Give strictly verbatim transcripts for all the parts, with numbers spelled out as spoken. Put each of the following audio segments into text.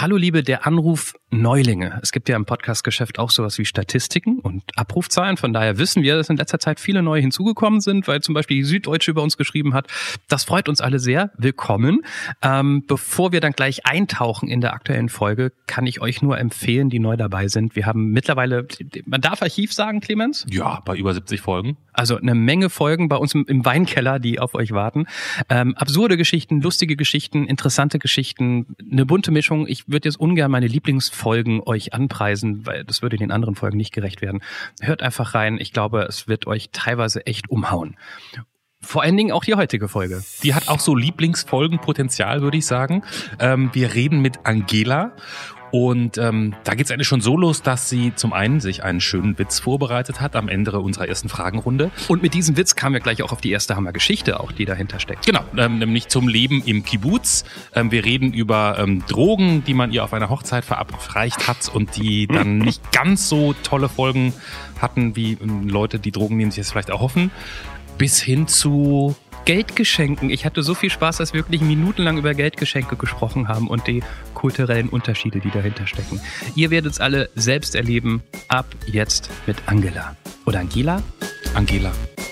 Hallo liebe der Anruf Neulinge. Es gibt ja im Podcast-Geschäft auch sowas wie Statistiken und Abrufzahlen. Von daher wissen wir, dass in letzter Zeit viele neue hinzugekommen sind, weil zum Beispiel die Süddeutsche über uns geschrieben hat. Das freut uns alle sehr. Willkommen. Ähm, bevor wir dann gleich eintauchen in der aktuellen Folge, kann ich euch nur empfehlen, die neu dabei sind. Wir haben mittlerweile, man darf Archiv sagen, Clemens? Ja, bei über siebzig Folgen. Also eine Menge Folgen bei uns im, im Weinkeller, die auf euch warten. Ähm, absurde Geschichten, lustige Geschichten, interessante Geschichten, eine bunte Mischung. Ich würde jetzt ungern meine Lieblingsfolgen euch anpreisen, weil das würde den anderen Folgen nicht gerecht werden. Hört einfach rein. Ich glaube, es wird euch teilweise echt umhauen. Vor allen Dingen auch die heutige Folge. Die hat auch so Lieblingsfolgenpotenzial, würde ich sagen. Ähm, wir reden mit Angela. Und ähm, da geht's eigentlich schon so los, dass sie zum einen sich einen schönen Witz vorbereitet hat am Ende unserer ersten Fragenrunde. Und mit diesem Witz kamen wir gleich auch auf die erste Hammergeschichte, auch die dahinter steckt. Genau, ähm, nämlich zum Leben im Kibbuz. Ähm, wir reden über ähm, Drogen, die man ihr auf einer Hochzeit verabreicht hat und die dann nicht ganz so tolle Folgen hatten, wie ähm, Leute, die Drogen nehmen, sich das vielleicht erhoffen. Bis hin zu Geldgeschenken. Ich hatte so viel Spaß, dass wir wirklich minutenlang über Geldgeschenke gesprochen haben und die kulturellen Unterschiede, die dahinter stecken. Ihr werdet es alle selbst erleben. Ab jetzt mit Angela. Oder Angela? Angela.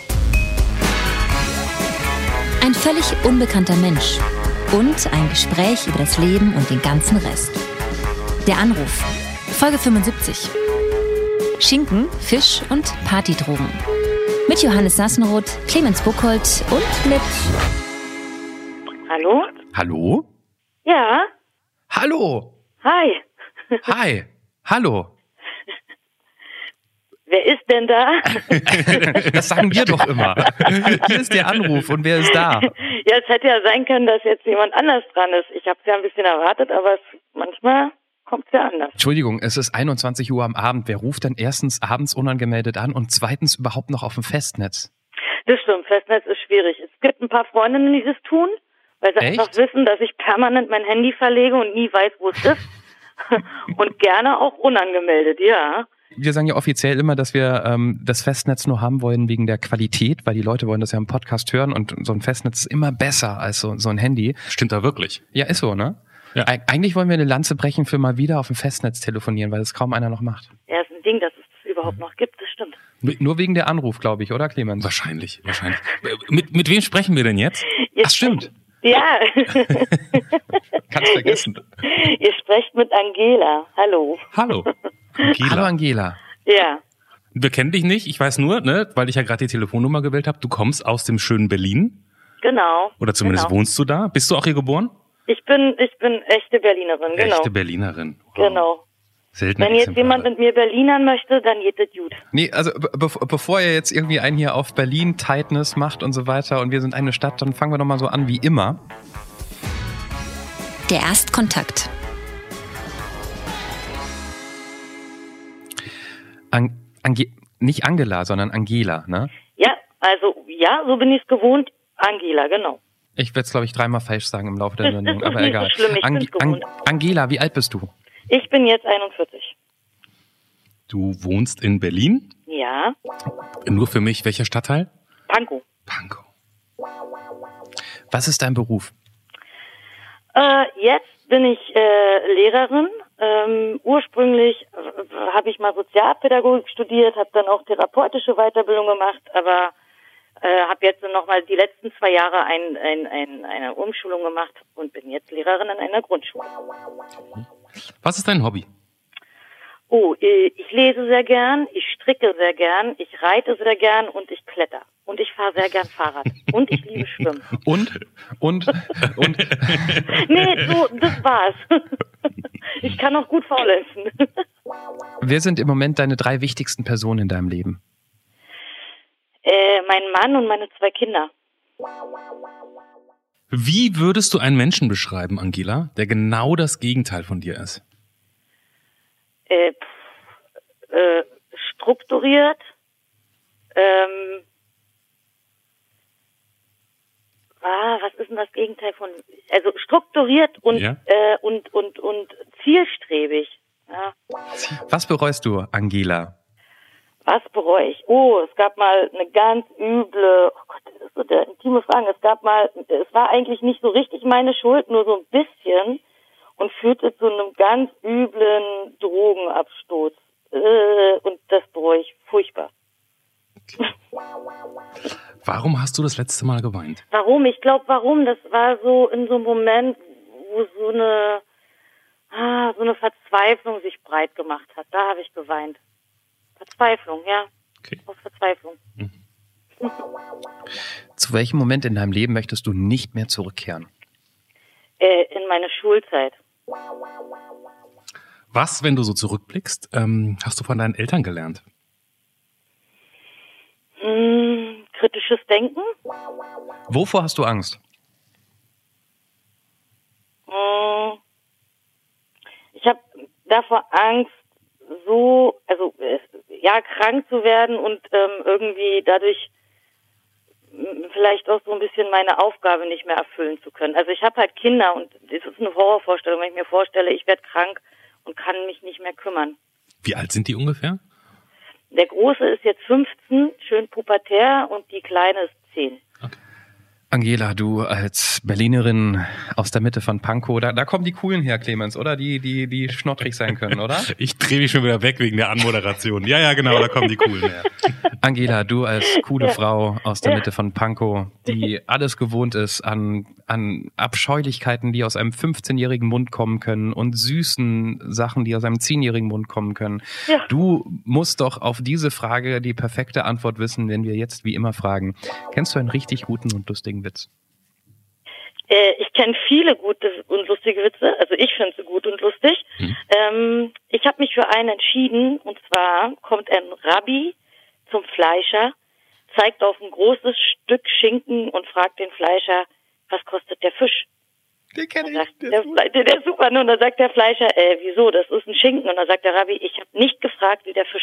Ein völlig unbekannter Mensch. Und ein Gespräch über das Leben und den ganzen Rest. Der Anruf. Folge fünfundsiebzig. Schinken, Fisch und Partydrogen. Mit Johannes Sassenroth, Clemens Buchholz und mit... Hallo? Hallo? Ja? Hallo? Hi. Hi. Hallo. Wer ist denn da? Das sagen wir doch immer. Hier ist der Anruf und wer ist da? Ja, es hätte ja sein können, dass jetzt jemand anders dran ist. Ich habe es ja ein bisschen erwartet, aber es, manchmal kommt es ja anders. Entschuldigung, es ist einundzwanzig Uhr am Abend. Wer ruft denn erstens abends unangemeldet an und zweitens überhaupt noch auf dem Festnetz? Das stimmt, Festnetz ist schwierig. Es gibt ein paar Freundinnen, die das tun, weil sie Echt? einfach wissen, dass ich permanent mein Handy verlege und nie weiß, wo es ist. Und gerne auch unangemeldet, ja. Wir sagen ja offiziell immer, dass wir ähm, das Festnetz nur haben wollen wegen der Qualität, weil die Leute wollen das ja im Podcast hören und so ein Festnetz ist immer besser als so, so ein Handy. Stimmt da wirklich? Ja, ist so, ne? Ja. Eig- eigentlich wollen wir eine Lanze brechen für mal wieder auf dem Festnetz telefonieren, weil das kaum einer noch macht. Ja, ist ein Ding, dass es das überhaupt noch gibt, das stimmt. N- Nur wegen der Anruf, glaube ich, oder Clemens? Wahrscheinlich, wahrscheinlich. mit, mit wem sprechen wir denn jetzt? Ihr Ach, stimmt. Ja. Kannst vergessen. Ihr sprecht mit Angela. Hallo. Hallo. Angela. Hallo Angela. Ja. Wir kennen dich nicht, ich weiß nur, ne, weil ich ja gerade die Telefonnummer gewählt habe, du kommst aus dem schönen Berlin. Genau. Oder zumindest genau. wohnst du da. Bist du auch hier geboren? Ich bin, ich bin echte Berlinerin, genau. Echte Berlinerin. Wow. Genau. Seltene Wenn jetzt Exemplare. jemand mit mir Berlinern möchte, dann geht das gut. Nee, also be- be- bevor ihr jetzt irgendwie einen hier auf Berlin Tightness macht und so weiter und wir sind eine Stadt, dann fangen wir doch mal so an wie immer. Der Erstkontakt. An- Ange- nicht Angela, sondern Angela, ne? Ja, also, ja, so bin ich es gewohnt. Angela, genau. Ich werde es, glaube ich, dreimal falsch sagen im Laufe der Sendung, Das ist aber nicht egal. so schlimm, ich Ange- bin's gewohnt. Angela, wie alt bist du? Ich bin jetzt einundvierzig. Du wohnst in Berlin? Ja. Nur für mich, welcher Stadtteil? Pankow. Pankow. Was ist dein Beruf? Äh, jetzt bin ich äh, Lehrerin. Ähm, ursprünglich äh, habe ich mal Sozialpädagogik studiert, habe dann auch therapeutische Weiterbildung gemacht, aber äh, habe jetzt nochmal die letzten zwei Jahre ein, ein, ein, eine Umschulung gemacht und bin jetzt Lehrerin an einer Grundschule. Was ist dein Hobby? Oh, äh, ich lese sehr gern, ich stricke sehr gern, ich reite sehr gern und ich kletter. Und ich fahre sehr gern Fahrrad. Und ich liebe Schwimmen. Und? Und? Und? Nee, so, das war's. Ich kann auch gut faulenzen. Wer sind im Moment deine drei wichtigsten Personen in deinem Leben? Äh, mein Mann und meine zwei Kinder. Wie würdest du einen Menschen beschreiben, Angela, der genau das Gegenteil von dir ist? Äh, pff, äh, strukturiert, ähm, ah, was ist denn das Gegenteil von, also strukturiert und, Ja. äh, und, und, und zielstrebig. Ja. Was bereust du, Angela? Was bereue ich? Oh, es gab mal eine ganz üble, oh Gott, das ist so der intime Fragen. Es gab mal, es war eigentlich nicht so richtig meine Schuld, nur so ein bisschen. und führte zu einem ganz üblen Drogenabsturz. Äh, und das bereue ich furchtbar. Okay. Warum hast du das letzte Mal geweint? Warum? Ich glaube, warum? Das war so in so einem Moment, wo so eine, ah, so eine Verzweiflung sich breit gemacht hat. Da habe ich geweint. Verzweiflung, ja. Okay. Aus Verzweiflung. Mhm. Zu welchem Moment in deinem Leben möchtest du nicht mehr zurückkehren? Äh, in meine Schulzeit. Was, wenn du so zurückblickst, ähm, hast du von deinen Eltern gelernt? Hm, kritisches Denken. Wovor hast du Angst? Hm, ich habe davor Angst, so, also äh, ja, krank zu werden und ähm, irgendwie dadurch m, vielleicht auch so ein bisschen meine Aufgabe nicht mehr erfüllen zu können. Also ich habe halt Kinder und es ist eine Horrorvorstellung, wenn ich mir vorstelle, ich werde krank und kann mich nicht mehr kümmern. Wie alt sind die ungefähr? Der Große ist jetzt fünfzehn, schön pubertär, und die Kleine ist zehn. Okay. Angela, du als Berlinerin aus der Mitte von Pankow, da, da kommen die Coolen her, Clemens, oder? Die, die, die schnottrig sein können, oder? Ich drehe mich schon wieder weg wegen der Anmoderation. Ja, ja, genau, da kommen die Coolen her. Angela, du als coole Ja. Frau aus der Ja. Mitte von Pankow, die alles gewohnt ist an, an Abscheulichkeiten, die aus einem fünfzehnjährigen Mund kommen können und süßen Sachen, die aus einem zehnjährigen Mund kommen können. Ja. Du musst doch auf diese Frage die perfekte Antwort wissen, wenn wir jetzt wie immer fragen. Kennst du einen richtig guten und lustigen Witz? Äh, ich kenne viele gute und lustige Witze, also ich finde sie gut und lustig. Mhm. Ähm, ich habe mich für einen entschieden, und zwar kommt ein Rabbi zum Fleischer, zeigt auf ein großes Stück Schinken und fragt den Fleischer, was kostet der Fisch? Den kenne Sagt der, Fle- der, der ist super, ne? Und dann sagt der Fleischer, äh, wieso, das ist ein Schinken. Und dann sagt der Rabbi, ich habe nicht gefragt, wie der Fisch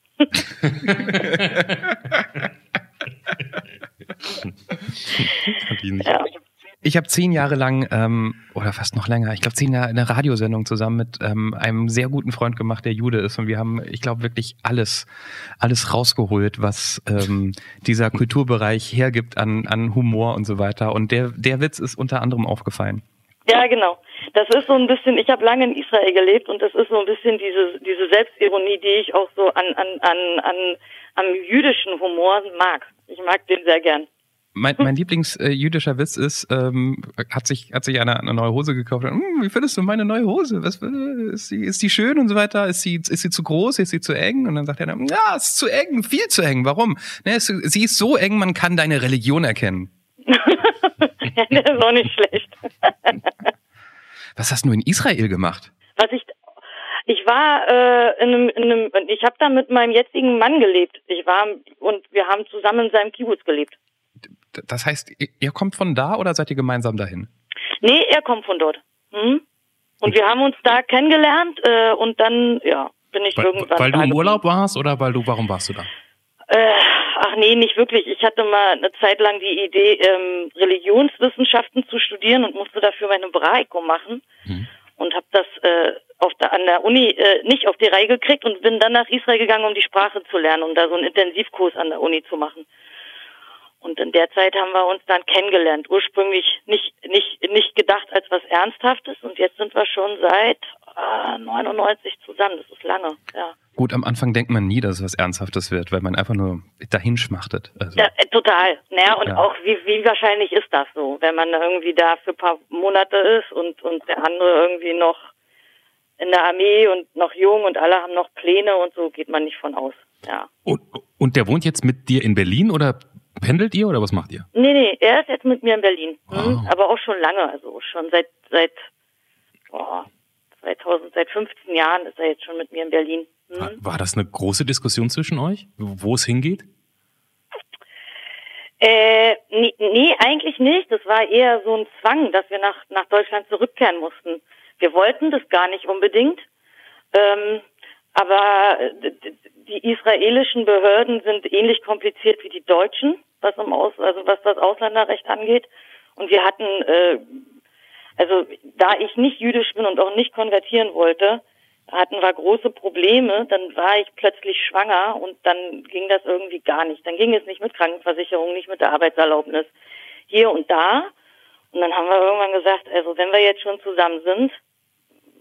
heißt. Ja. Ich habe zehn Jahre lang, ähm, oder fast noch länger, ich glaube zehn Jahre eine Radiosendung zusammen mit ähm, einem sehr guten Freund gemacht, der Jude ist. Und wir haben, ich glaube, wirklich alles, alles rausgeholt, was ähm, dieser Kulturbereich hergibt an, an Humor und so weiter. Und der, der Witz ist unter anderem aufgefallen. Ja, genau. Das ist so ein bisschen, ich habe lange in Israel gelebt und das ist so ein bisschen diese diese Selbstironie, die ich auch so an an an an am jüdischen Humor mag. Ich mag den sehr gern. Mein, mein Lieblingsjüdischer äh, Witz ist, ähm, hat sich hat sich einer eine neue Hose gekauft. Und, hm, wie findest du meine neue Hose? Was ist die ist die schön und so weiter? Ist sie ist sie zu groß? Ist sie zu eng? Und dann sagt er dann, ja, ist zu eng, viel zu eng. Warum? Ne, es, sie ist so eng, man kann deine Religion erkennen. Ja, der ist auch nicht schlecht. Was hast du in Israel gemacht? Was ich ich war äh, in einem, in einem ich habe da mit meinem jetzigen Mann gelebt. Ich war und wir haben zusammen in seinem Kibbutz gelebt. Das heißt, ihr kommt von da oder seid ihr gemeinsam dahin? Nee, er kommt von dort. Hm? Und wir haben uns da kennengelernt äh, und dann, ja, bin ich Weil, irgendwann weil du da im geblieben. Urlaub warst oder weil du, warum warst du da? Äh, ach nee, nicht wirklich. Ich hatte mal eine Zeit lang die Idee, ähm, Religionswissenschaften zu studieren und musste dafür meine Hebraiko machen. Hm. Und habe das äh, auf der, an der Uni äh, nicht auf die Reihe gekriegt und bin dann nach Israel gegangen, um die Sprache zu lernen, um da so einen Intensivkurs an der Uni zu machen. Und in der Zeit haben wir uns dann kennengelernt. Ursprünglich nicht nicht nicht gedacht als was Ernsthaftes und jetzt sind wir schon seit äh, neunundneunzig zusammen. Das ist lange, ja. Gut, am Anfang denkt man nie, dass es was Ernsthaftes wird, weil man einfach nur dahin schmachtet. Also. Ja, äh, total. Naja, und Ja. auch wie wie wahrscheinlich ist das so, wenn man irgendwie da für ein paar Monate ist und und der andere irgendwie noch in der Armee und noch jung und alle haben noch Pläne und so, geht man nicht von aus. Ja. Und, und der wohnt jetzt mit dir in Berlin oder pendelt ihr oder was macht ihr? Nee, nee, er ist jetzt mit mir in Berlin. Hm? Wow. Aber auch schon lange, also schon seit seit boah, zweitausend, seit fünfzehn Jahren ist er jetzt schon mit mir in Berlin. Hm? War, war das eine große Diskussion zwischen euch, wo es hingeht? Äh, nee, nee, eigentlich nicht. Das war eher so ein Zwang, dass wir nach nach Deutschland zurückkehren mussten. Wir wollten das gar nicht unbedingt, ähm, aber die israelischen Behörden sind ähnlich kompliziert wie die deutschen, was im Aus, also was das Ausländerrecht angeht. Und wir hatten, äh, also da ich nicht jüdisch bin und auch nicht konvertieren wollte, hatten wir große Probleme. Dann war ich plötzlich schwanger und dann ging das irgendwie gar nicht. Dann ging es nicht mit Krankenversicherung, nicht mit der Arbeitserlaubnis, hier und da. Und dann haben wir irgendwann gesagt, also wenn wir jetzt schon zusammen sind,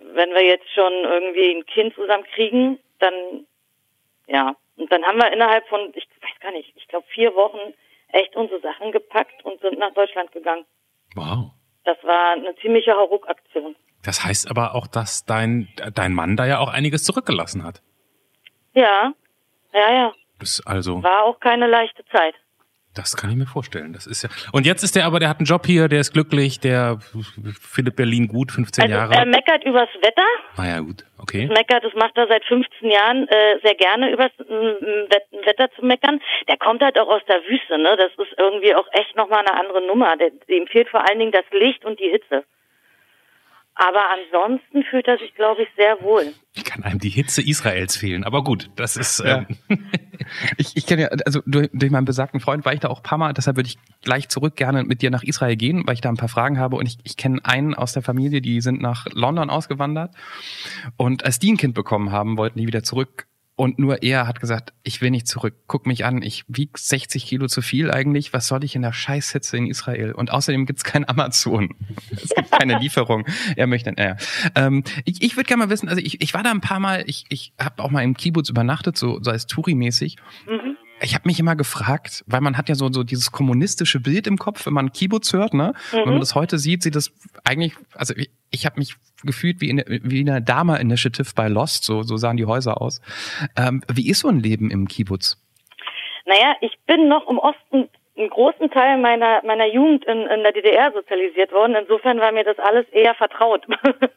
wenn wir jetzt schon irgendwie ein Kind zusammen kriegen, dann, ja. Und dann haben wir innerhalb von, ich weiß gar nicht, ich glaube vier Wochen echt unsere Sachen gepackt und sind nach Deutschland gegangen. Wow. Das war eine ziemliche Hauruck-Aktion. Das heißt aber auch, dass dein, dein Mann da ja auch einiges zurückgelassen hat. Ja, ja, ja. Das also. War auch keine leichte Zeit. Das kann ich mir vorstellen. Das ist ja. Und jetzt ist der aber, der hat einen Job hier, der ist glücklich, der findet Berlin gut, fünfzehn also, Jahre. Er meckert übers Wetter. Naja, gut, okay. Das meckert, das macht er seit fünfzehn Jahren äh, sehr gerne, übers äh, Wetter zu meckern. Der kommt halt auch aus der Wüste, ne? Das ist irgendwie auch echt nochmal eine andere Nummer. Der, dem fehlt vor allen Dingen das Licht und die Hitze. Aber ansonsten fühlt er sich, glaube ich, sehr wohl. Wie kann einem die Hitze Israels fehlen? Aber gut, das ist... Ja. Ähm ich ich kenne ja, also durch, durch meinen besagten Freund war ich da auch ein paar Mal, deshalb würde ich gleich zurück gerne mit dir nach Israel gehen, weil ich da ein paar Fragen habe. Und ich, ich kenne einen aus der Familie, die sind nach London ausgewandert. Und als die ein Kind bekommen haben, wollten die wieder zurück. Und nur er hat gesagt, ich will nicht zurück. Guck mich an, ich wieg sechzig Kilo zu viel eigentlich. Was soll ich in der Scheißhitze in Israel? Und außerdem gibt's kein Amazon. Es gibt keine Lieferung. Er möchte, naja. Ähm, ich ich würde gerne mal wissen, also ich, ich war da ein paar Mal, ich, ich habe auch mal im Kibbutz übernachtet, so, so als Touri-mäßig. Mhm. Ich habe mich immer gefragt, weil man hat ja so so dieses kommunistische Bild im Kopf, wenn man Kibbutz hört, ne? Mhm. Wenn man das heute sieht, sieht das eigentlich, also ich, ich habe mich gefühlt wie in wie in einer Dama Initiative bei Lost, so so sahen die Häuser aus. Ähm, wie ist so ein Leben im Kibbutz? Naja, ich bin noch im Osten einen großen Teil meiner meiner Jugend in, in der D D R sozialisiert worden. Insofern war mir das alles eher vertraut.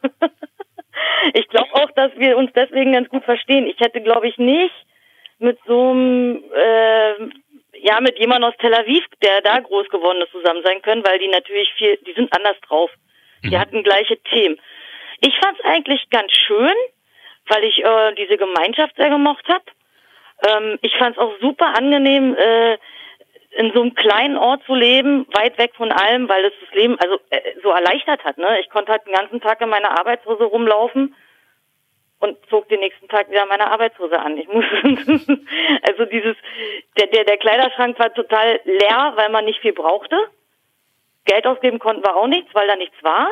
Ich glaube auch, dass wir uns deswegen ganz gut verstehen. Ich hätte, glaube ich, nicht mit so einem, äh, ja, mit jemandem aus Tel Aviv, der da groß geworden ist, zusammen sein können, weil die natürlich viel, die sind anders drauf. Die mhm. hatten gleiche Themen. Ich fand's eigentlich ganz schön, weil ich äh, diese Gemeinschaft sehr gemocht habe. Ähm, ich fand's auch super angenehm, äh, in so einem kleinen Ort zu leben, weit weg von allem, weil es das Leben also äh, so erleichtert hat. Ne? Ich konnte halt den ganzen Tag in meiner Arbeitshose rumlaufen und zog den nächsten Tag wieder meine Arbeitshose an. Ich muss also dieses der der der Kleiderschrank war total leer, weil man nicht viel brauchte. Geld ausgeben konnten wir auch nichts, weil da nichts war.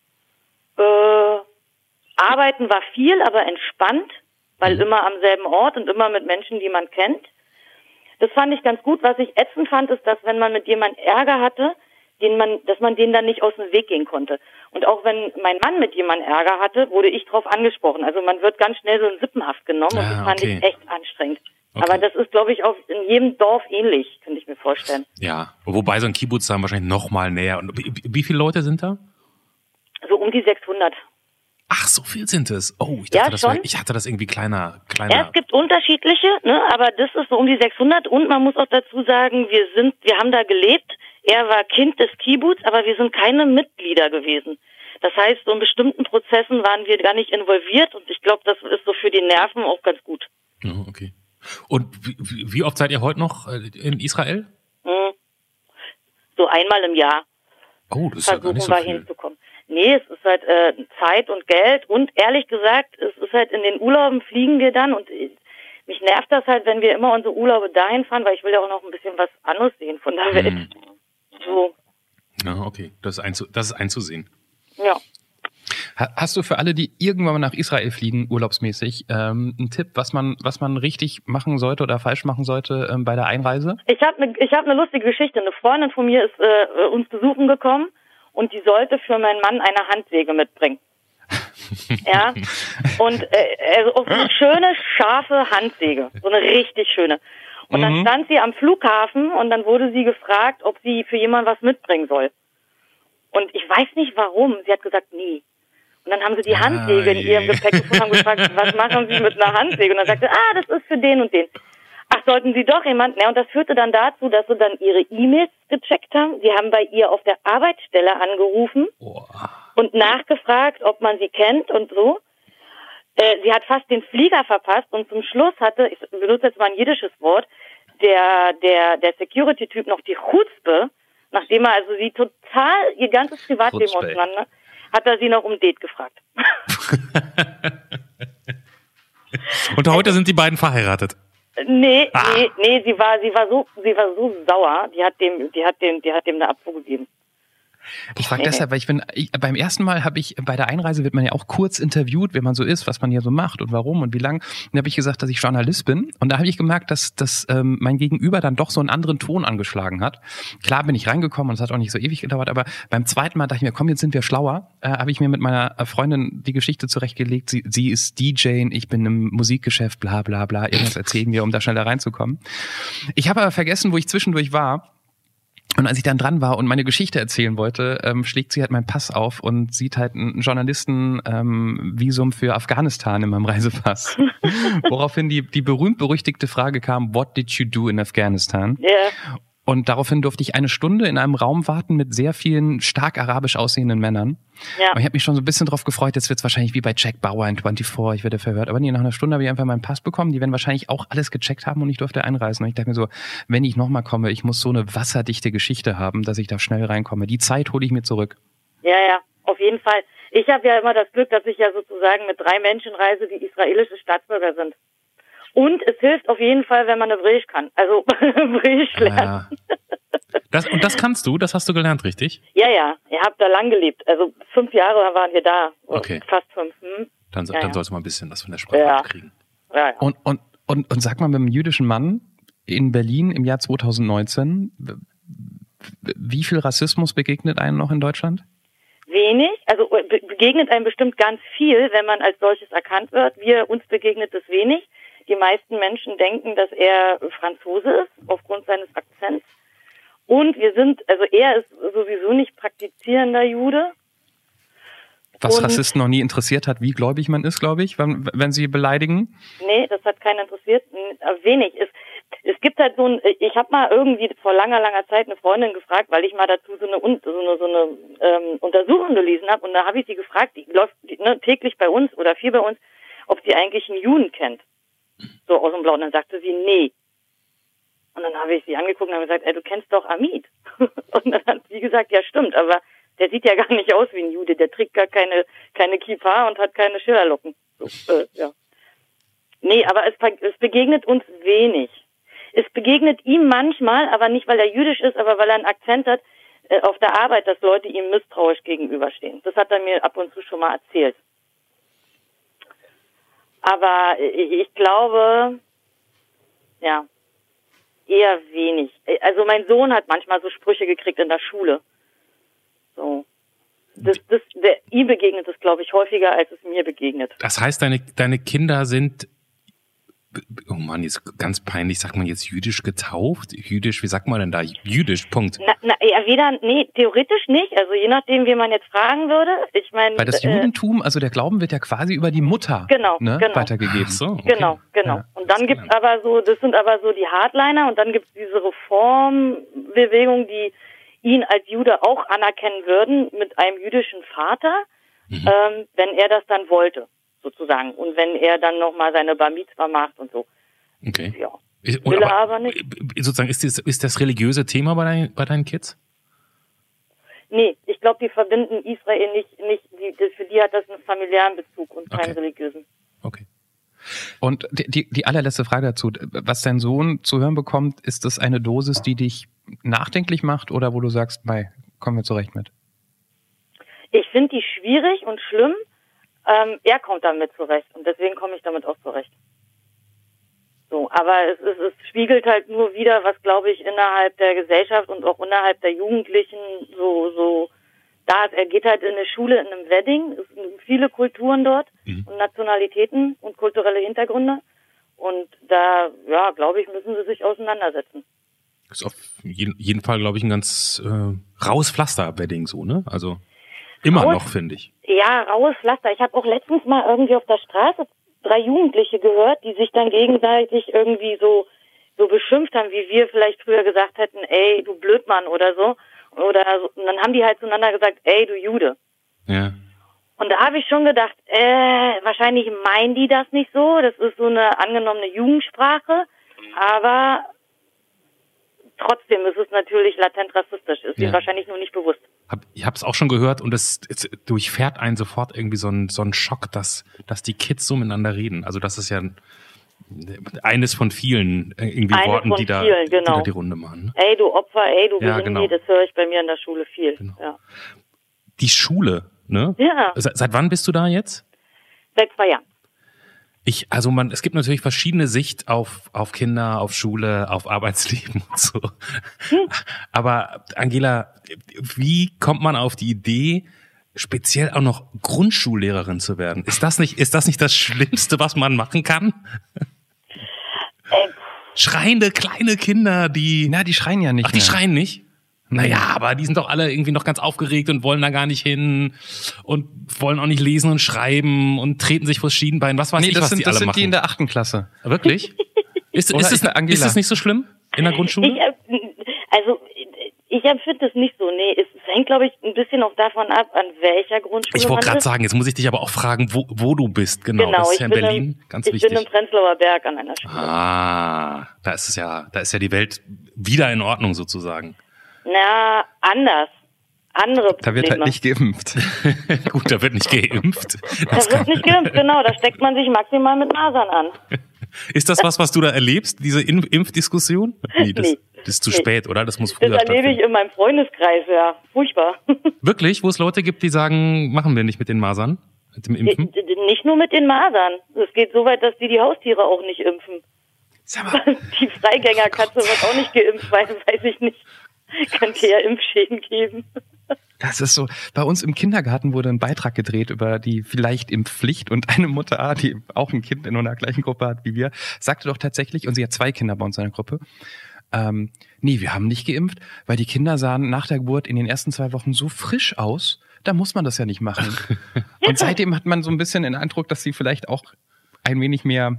Äh, Arbeiten war viel, aber entspannt, weil immer am selben Ort und immer mit Menschen, die man kennt. Das fand ich ganz gut. Was ich ätzend fand, ist, dass wenn man mit jemandem Ärger hatte, den man, dass man denen dann nicht aus dem Weg gehen konnte. Und auch wenn mein Mann mit jemandem Ärger hatte, wurde ich drauf angesprochen. Also man wird ganz schnell so in Sippenhaft genommen, ah, und das fand okay. ich echt anstrengend. Okay. Aber das ist, glaube ich, auch in jedem Dorf ähnlich, könnte ich mir vorstellen. Ja, wobei so ein Kibbutz dann wahrscheinlich noch mal näher. Und wie, wie viele Leute sind da? So um die sechshundert. Ach, so viel sind es. Oh, ich dachte, ja, das schon. War, ich hatte das irgendwie kleiner, kleiner. Ja, es gibt unterschiedliche, ne, aber das ist so um die sechshundert. Und man muss auch dazu sagen, wir sind, wir haben da gelebt. Er war Kind des Kibbutz, aber wir sind keine Mitglieder gewesen. Das heißt, so in bestimmten Prozessen waren wir gar nicht involviert und ich glaube, das ist so für die Nerven auch ganz gut. Oh, okay. Und wie, wie oft seid ihr heute noch in Israel? Hm. So einmal im Jahr. Oh, das ist ja gar nicht so viel. Hinzukommen. Nee, es ist halt äh, Zeit und Geld und ehrlich gesagt, es ist halt in den Urlauben fliegen wir dann und mich nervt das halt, wenn wir immer unsere Urlaube dahin fahren, weil ich will ja auch noch ein bisschen was anderes sehen von der Welt. Hm. So. Ja, okay, das ist, einzu- das ist einzusehen. Ja. Hast du für alle, die irgendwann mal nach Israel fliegen, urlaubsmäßig, ähm, einen Tipp, was man was man richtig machen sollte oder falsch machen sollte ähm, bei der Einreise? Ich habe eine ich habe eine lustige Geschichte. Eine Freundin von mir ist äh, uns besuchen gekommen und die sollte für meinen Mann eine Handsäge mitbringen. Ja. Und äh, also auch so eine schöne, scharfe Handsäge. So eine richtig schöne. Und dann mhm. stand sie am Flughafen und dann wurde sie gefragt, ob sie für jemanden was mitbringen soll. Und ich weiß nicht warum. Sie hat gesagt, nie. Und dann haben sie die Handsäge ah, in ihrem Gepäck gefunden und haben gefragt, was machen Sie mit einer Handsäge? Und dann sagte sie, ah, das ist für den und den. Ach, sollten Sie doch jemanden? Ja, und das führte dann dazu, dass sie dann ihre E-Mails gecheckt haben. Sie haben bei ihr auf der Arbeitsstelle angerufen oh. und nachgefragt, ob man sie kennt und so. Äh, sie hat fast den Flieger verpasst und zum Schluss hatte, ich benutze jetzt mal ein jiddisches Wort, der, der, der Security-Typ noch die Chutzpe, nachdem er also sie total, ihr ganzes Privatleben Chutzpe. auseinander, hat er sie noch um Date gefragt. Und heute sind die beiden verheiratet? Nee, ah. nee, nee, sie war, sie war so, sie war so sauer, die hat dem, die hat dem, die hat dem eine Abfuhr gegeben. Ich frage deshalb, weil ich bin, ich, beim ersten Mal habe ich, bei der Einreise wird man ja auch kurz interviewt, wer man so ist, was man hier so macht und warum und wie lang. Und da habe ich gesagt, dass ich Journalist bin. Und da habe ich gemerkt, dass, dass ähm, mein Gegenüber dann doch so einen anderen Ton angeschlagen hat. Klar bin ich reingekommen und es hat auch nicht so ewig gedauert, aber beim zweiten Mal dachte ich mir, komm, jetzt sind wir schlauer. Äh, habe ich mir mit meiner Freundin die Geschichte zurechtgelegt. Sie, sie ist D J, ich bin im Musikgeschäft, bla bla bla. Irgendwas erzählen wir, um da schneller reinzukommen. Ich habe aber vergessen, wo ich zwischendurch war. Und als ich dann dran war und meine Geschichte erzählen wollte, ähm, schlägt sie halt meinen Pass auf und sieht halt ein Journalisten-Visum ähm, für Afghanistan in meinem Reisepass. Woraufhin die, die berühmt-berüchtigte Frage kam, what did you do in Afghanistan? Ja. Yeah. Und daraufhin durfte ich eine Stunde in einem Raum warten mit sehr vielen stark arabisch aussehenden Männern. Ja. Und ich habe mich schon so ein bisschen drauf gefreut, jetzt wird's wahrscheinlich wie bei Jack Bauer in vierundzwanzig, ich werde verhört. Aber nee, nach einer Stunde habe ich einfach meinen Pass bekommen. Die werden wahrscheinlich auch alles gecheckt haben und ich durfte einreisen. Und ich dachte mir so, wenn ich nochmal komme, ich muss so eine wasserdichte Geschichte haben, dass ich da schnell reinkomme. Die Zeit hole ich mir zurück. Ja, ja, auf jeden Fall. Ich habe ja immer das Glück, dass ich ja sozusagen mit drei Menschen reise, die israelische Staatsbürger sind. Und es hilft auf jeden Fall, wenn man Hebräisch kann. Also Hebräisch lernen. Ja. Das, und das kannst du? Das hast du gelernt, richtig? Ja, ja. Ich habe da lang gelebt. Also fünf Jahre waren wir da. Okay. Fast fünf. Hm? Dann, ja, dann ja. sollst du mal ein bisschen was von der Sprache ja. kriegen. Ja, ja. Und, und, und, und sag mal, mit einem jüdischen Mann in Berlin im Jahr zweitausendneunzehn, wie viel Rassismus begegnet einem noch in Deutschland? Wenig. Also begegnet einem bestimmt ganz viel, wenn man als solches erkannt wird. Wir, uns begegnet es wenig. Die meisten Menschen denken, dass er Franzose ist, aufgrund seines Akzents. Und wir sind, also er ist sowieso nicht praktizierender Jude. Was und Rassisten noch nie interessiert hat, wie gläubig man ist, glaube ich, wenn, wenn sie beleidigen. Nee, das hat keinen interessiert. Wenig. Es, es gibt halt so ein, ich habe mal irgendwie vor langer, langer Zeit eine Freundin gefragt, weil ich mal dazu so eine, so eine, so eine ähm, Untersuchung gelesen habe. Und da habe ich sie gefragt, die läuft ne, täglich bei uns oder viel bei uns, ob sie eigentlich einen Juden kennt. So aus dem Blauen. Und dann sagte sie, nee. Und dann habe ich sie angeguckt und habe gesagt, ey, du kennst doch Amit. Und dann hat sie gesagt, ja stimmt, aber der sieht ja gar nicht aus wie ein Jude. Der trägt gar keine keine Kippa und hat keine Schillerlocken. So, äh, ja. Nee, aber es, es begegnet uns wenig. Es begegnet ihm manchmal, aber nicht, weil er jüdisch ist, aber weil er einen Akzent hat äh, auf der Arbeit, dass Leute ihm misstrauisch gegenüberstehen. Das hat er mir ab und zu schon mal erzählt. Aber ich, ich glaube, ja, eher wenig. Also mein Sohn hat manchmal so Sprüche gekriegt in der Schule. So. Das, das, der, ihm begegnet es, glaube ich, häufiger, als es mir begegnet. Das heißt, deine, deine Kinder sind, oh Mann, jetzt ganz peinlich, sagt man jetzt jüdisch getauft? Jüdisch, wie sagt man denn da? Jüdisch, Punkt. Na, na, ja, weder, nee, theoretisch nicht. Also je nachdem, wie man jetzt fragen würde. Ich meine, weil das äh, Judentum, also der Glauben wird ja quasi über die Mutter genau, ne, genau. weitergegeben. Ach so, okay. Genau, genau. Ja, und dann gibt's aber so, das sind aber so die Hardliner und dann gibt's diese Reformbewegung, die ihn als Jude auch anerkennen würden mit einem jüdischen Vater, mhm. ähm, wenn er das dann wollte, sozusagen. Und wenn er dann nochmal seine Bar Mitzvah macht und so. Okay. Ja. Ist, Will aber, er aber nicht. Sozusagen, ist das, ist das religiöse Thema bei, dein, bei deinen Kids? Nee, ich glaube, die verbinden Israel nicht, nicht die, für die hat das einen familiären Bezug und keinen okay. religiösen. Okay. Und die, die, die allerletzte Frage dazu, was dein Sohn zu hören bekommt, ist das eine Dosis, die dich nachdenklich macht oder wo du sagst, mei, kommen wir zurecht mit? Ich finde die schwierig und schlimm. Ähm, er kommt damit zurecht und deswegen komme ich damit auch zurecht. So, aber es, es, es spiegelt halt nur wieder, was, glaube ich, innerhalb der Gesellschaft und auch innerhalb der Jugendlichen so so da ist. Er geht halt in eine Schule, in einem Wedding, es sind viele Kulturen dort mhm. und Nationalitäten und kulturelle Hintergründe und da, ja, glaube ich, müssen sie sich auseinandersetzen. Ist auf jeden, jeden Fall, glaube ich, ein ganz äh, raues Pflaster-Wedding so, ne? Also immer raus, noch, finde ich. Ja, raues Pflaster. Ich habe auch letztens mal irgendwie auf der Straße drei Jugendliche gehört, die sich dann gegenseitig irgendwie so so beschimpft haben, wie wir vielleicht früher gesagt hätten, ey, du Blödmann oder so. Oder so. Und dann haben die halt zueinander gesagt, ey, du Jude. Ja. Und da habe ich schon gedacht, äh, wahrscheinlich meinen die das nicht so. Das ist so eine angenommene Jugendsprache. Aber trotzdem ist es natürlich latent rassistisch. Ist ja. Ihnen wahrscheinlich nur nicht bewusst. Hab, ich habe es auch schon gehört und es, es durchfährt einen sofort irgendwie so ein, so ein Schock, dass, dass die Kids so miteinander reden. Also das ist ja eines von vielen irgendwie Eines Worten, von die da, vielen, genau. die da die Runde machen. Ne? Ey, du Opfer, ey, du Ja, Gehirni, genau. das höre ich bei mir in der Schule viel. Genau. Ja. Die Schule, ne? Ja. Seit, seit wann bist du da jetzt? Seit zwei Jahren. Ich, also man, es gibt natürlich verschiedene Sicht auf, auf Kinder, auf Schule, auf Arbeitsleben und so. Hm. Aber Angela, wie kommt man auf die Idee, speziell auch noch Grundschullehrerin zu werden? Ist das nicht, ist das nicht das Schlimmste, was man machen kann? Ey. Schreiende kleine Kinder, die, Na, die schreien ja nicht ach, die mehr. schreien nicht? Naja, aber die sind doch alle irgendwie noch ganz aufgeregt und wollen da gar nicht hin und wollen auch nicht lesen und schreiben und treten sich vors Schienbein. Was weiß Nee, ich, das was sind, die das alle sind machen. die in der achten Klasse. Wirklich? Ist, Oder ist, ist es, da Angela? ist es nicht so schlimm in der Grundschule? Ich, äh, also, ich empfinde es nicht so. Nee, es hängt, glaube ich, ein bisschen auch davon ab, an welcher Grundschule Ich wollte man gerade ist. sagen, jetzt muss ich dich aber auch fragen, wo, wo du bist. Genau, Genau, das ist ich ja in bin Berlin im, ganz ich wichtig. bin im Prenzlauer Berg an einer Schule. Ah, da ist es ja, da ist ja die Welt wieder in Ordnung sozusagen. Na, anders. Andere Probleme. Da wird halt nicht geimpft. Gut, da wird nicht geimpft. Das Da wird kann, nicht geimpft, genau. Da steckt man sich maximal mit Masern an. ist das was, was du da erlebst, diese In- Impfdiskussion? Nee, das, Nee. das ist zu Nee. spät, oder? Das muss Das früher erlebe ich stattfinden. in meinem Freundeskreis, ja. Furchtbar. Wirklich? Wo es Leute gibt, die sagen, machen wir nicht mit den Masern, mit dem Impfen? Nicht nur mit den Masern. Es geht so weit, dass die die Haustiere auch nicht impfen. Sag mal, Die Freigängerkatze wird auch nicht geimpft, weil, weiß ich nicht. Könnte ja Impfschäden geben. das ist so, bei uns im Kindergarten wurde ein Beitrag gedreht über die vielleicht Impfpflicht und eine Mutter, die auch ein Kind in einer gleichen Gruppe hat wie wir, sagte doch tatsächlich, und sie hat zwei Kinder bei uns in der Gruppe, ähm, nee, wir haben nicht geimpft, weil die Kinder sahen nach der Geburt in den ersten zwei Wochen so frisch aus, da muss man das ja nicht machen. Und seitdem hat man so ein bisschen den Eindruck, dass sie vielleicht auch ein wenig mehr,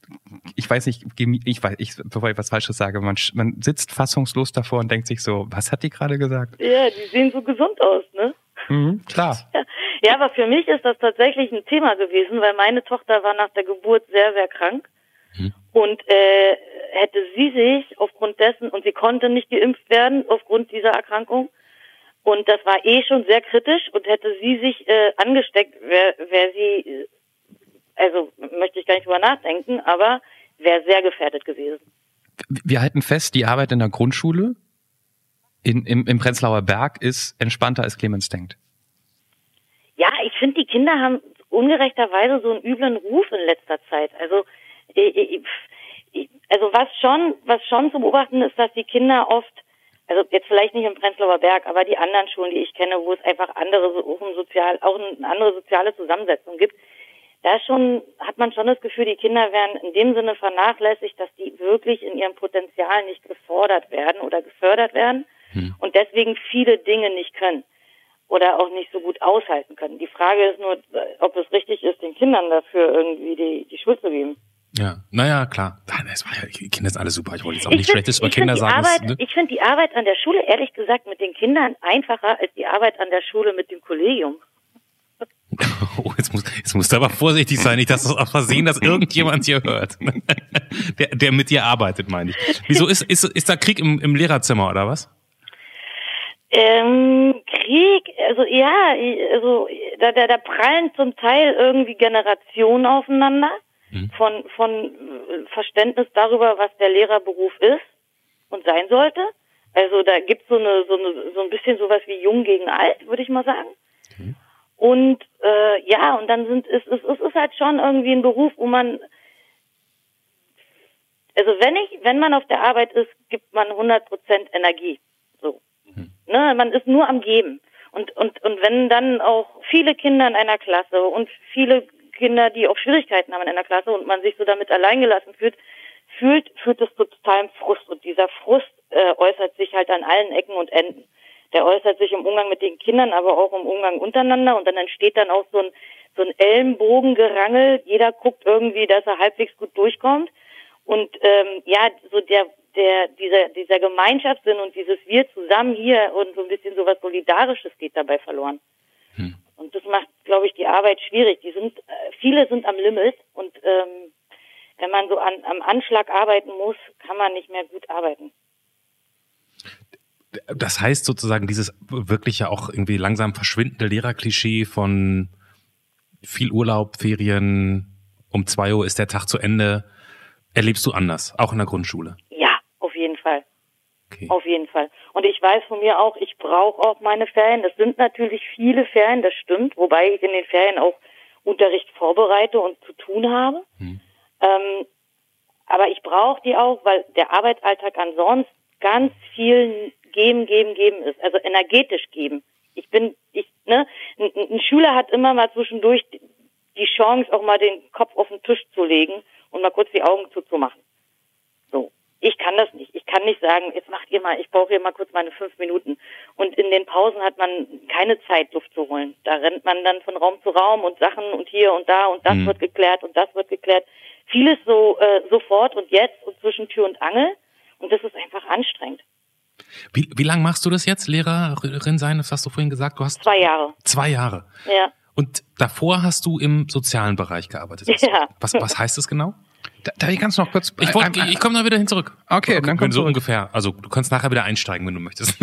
ich weiß nicht, ich weiß, ich, bevor ich was Falsches sage, man, man sitzt fassungslos davor und denkt sich so, was hat die gerade gesagt? Ja, die sehen so gesund aus, ne? Mhm, klar. Ja. Ja, aber für mich ist das tatsächlich ein Thema gewesen, weil meine Tochter war nach der Geburt sehr, sehr krank. Hm. Und äh, hätte sie sich aufgrund dessen, und sie konnte nicht geimpft werden aufgrund dieser Erkrankung, und das war eh schon sehr kritisch, und hätte sie sich äh, angesteckt, wäre wär sie, äh, also möchte ich gar nicht drüber nachdenken, aber wäre sehr gefährdet gewesen. Wir halten fest, die Arbeit in der Grundschule in, im, im Prenzlauer Berg ist entspannter, als Clemens denkt. Ja, ich finde, die Kinder haben ungerechterweise so einen üblen Ruf in letzter Zeit. Also, ich, ich, also was schon, was schon zu beobachten ist, dass die Kinder oft, also jetzt vielleicht nicht im Prenzlauer Berg, aber die anderen Schulen, die ich kenne, wo es einfach andere, auch, ein sozial, auch eine andere soziale Zusammensetzung gibt, da schon hat man schon das Gefühl, die Kinder werden in dem Sinne vernachlässigt, dass die wirklich in ihrem Potenzial nicht gefordert werden oder gefördert werden hm. und deswegen viele Dinge nicht können oder auch nicht so gut aushalten können. Die Frage ist nur, ob es richtig ist, den Kindern dafür irgendwie die, die Schuld zu geben. Ja, naja, klar. Nein, es war ja, die Kinder sind alle super. Ich wollte jetzt auch Ich nichts find- Schlechtes über ich find Kinder die sagen. Arbeit, das, ne? Ich finde die Arbeit an der Schule, ehrlich gesagt, mit den Kindern einfacher als die Arbeit an der Schule mit dem Kollegium. Oh, jetzt muss, jetzt musst du aber vorsichtig sein, nicht, dass das aus Versehen, dass irgendjemand hier hört. Der, der mit dir arbeitet, meine ich. Wieso ist, ist, ist da Krieg im, im Lehrerzimmer oder was? Ähm, Krieg, also ja, also da, da, da prallen zum Teil irgendwie Generationen aufeinander mhm. von, von Verständnis darüber, was der Lehrerberuf ist und sein sollte. Also da gibt's so eine, so eine, so ein bisschen sowas wie Jung gegen Alt, würde ich mal sagen. Mhm. Und äh, ja, und dann sind es, es, es ist halt schon irgendwie ein Beruf, wo man, also wenn ich, wenn man auf der Arbeit ist, gibt man hundert Prozent Energie. So, hm. ne, man ist nur am Geben. Und und und wenn dann auch viele Kinder in einer Klasse und viele Kinder, die auch Schwierigkeiten haben in einer Klasse und man sich so damit alleingelassen fühlt, fühlt, führt es zu totalem Frust. Und dieser Frust äh, äußert sich halt an allen Ecken und Enden. Der äußert sich im Umgang mit den Kindern, aber auch im Umgang untereinander. Und dann entsteht dann auch so ein, so ein Ellenbogengerangel. Jeder guckt irgendwie, dass er halbwegs gut durchkommt. Und ähm, ja, so der, der, dieser, dieser Gemeinschaftssinn und dieses Wir zusammen hier und so ein bisschen sowas Solidarisches geht dabei verloren. Hm. Und das macht, glaube ich, die Arbeit schwierig. Die sind, äh, viele sind am Limit. Und ähm, wenn man so an, am Anschlag arbeiten muss, kann man nicht mehr gut arbeiten. Das heißt sozusagen dieses wirklich ja auch irgendwie langsam verschwindende Lehrerklischee von viel Urlaub, Ferien, um zwei Uhr ist der Tag zu Ende. Erlebst du anders, auch in der Grundschule? Ja, auf jeden Fall. Okay. Auf jeden Fall. Und ich weiß von mir auch, ich brauche auch meine Ferien. Das sind natürlich viele Ferien, das stimmt, wobei ich in den Ferien auch Unterricht vorbereite und zu tun habe. Hm. Ähm, aber ich brauche die auch, weil der Arbeitsalltag ansonsten ganz viel geben, geben, geben ist. Also energetisch geben. Ich bin, ich, ne, ein, ein Schüler hat immer mal zwischendurch die Chance, auch mal den Kopf auf den Tisch zu legen und mal kurz die Augen zuzumachen. So. Ich kann das nicht. Ich kann nicht sagen, jetzt macht ihr mal, ich brauche hier mal kurz meine fünf Minuten. Und in den Pausen hat man keine Zeit, Luft zu holen. Da rennt man dann von Raum zu Raum und Sachen und hier und da und das mhm. wird geklärt und das wird geklärt. Vieles so äh, sofort und jetzt und zwischen Tür und Angel. Und das ist einfach anstrengend. Wie, wie lange machst du das jetzt, Lehrerin sein? Das hast du vorhin gesagt. Du hast zwei Jahre. Zwei Jahre. Ja. Und davor hast du im sozialen Bereich gearbeitet. Ja. Was, was heißt das genau? Da, darf ich ganz noch kurz... Ich, wollt, ich, ich komme da wieder hin zurück. Okay, okay dann komm so zurück. ungefähr. Also du kannst nachher wieder einsteigen, wenn du möchtest.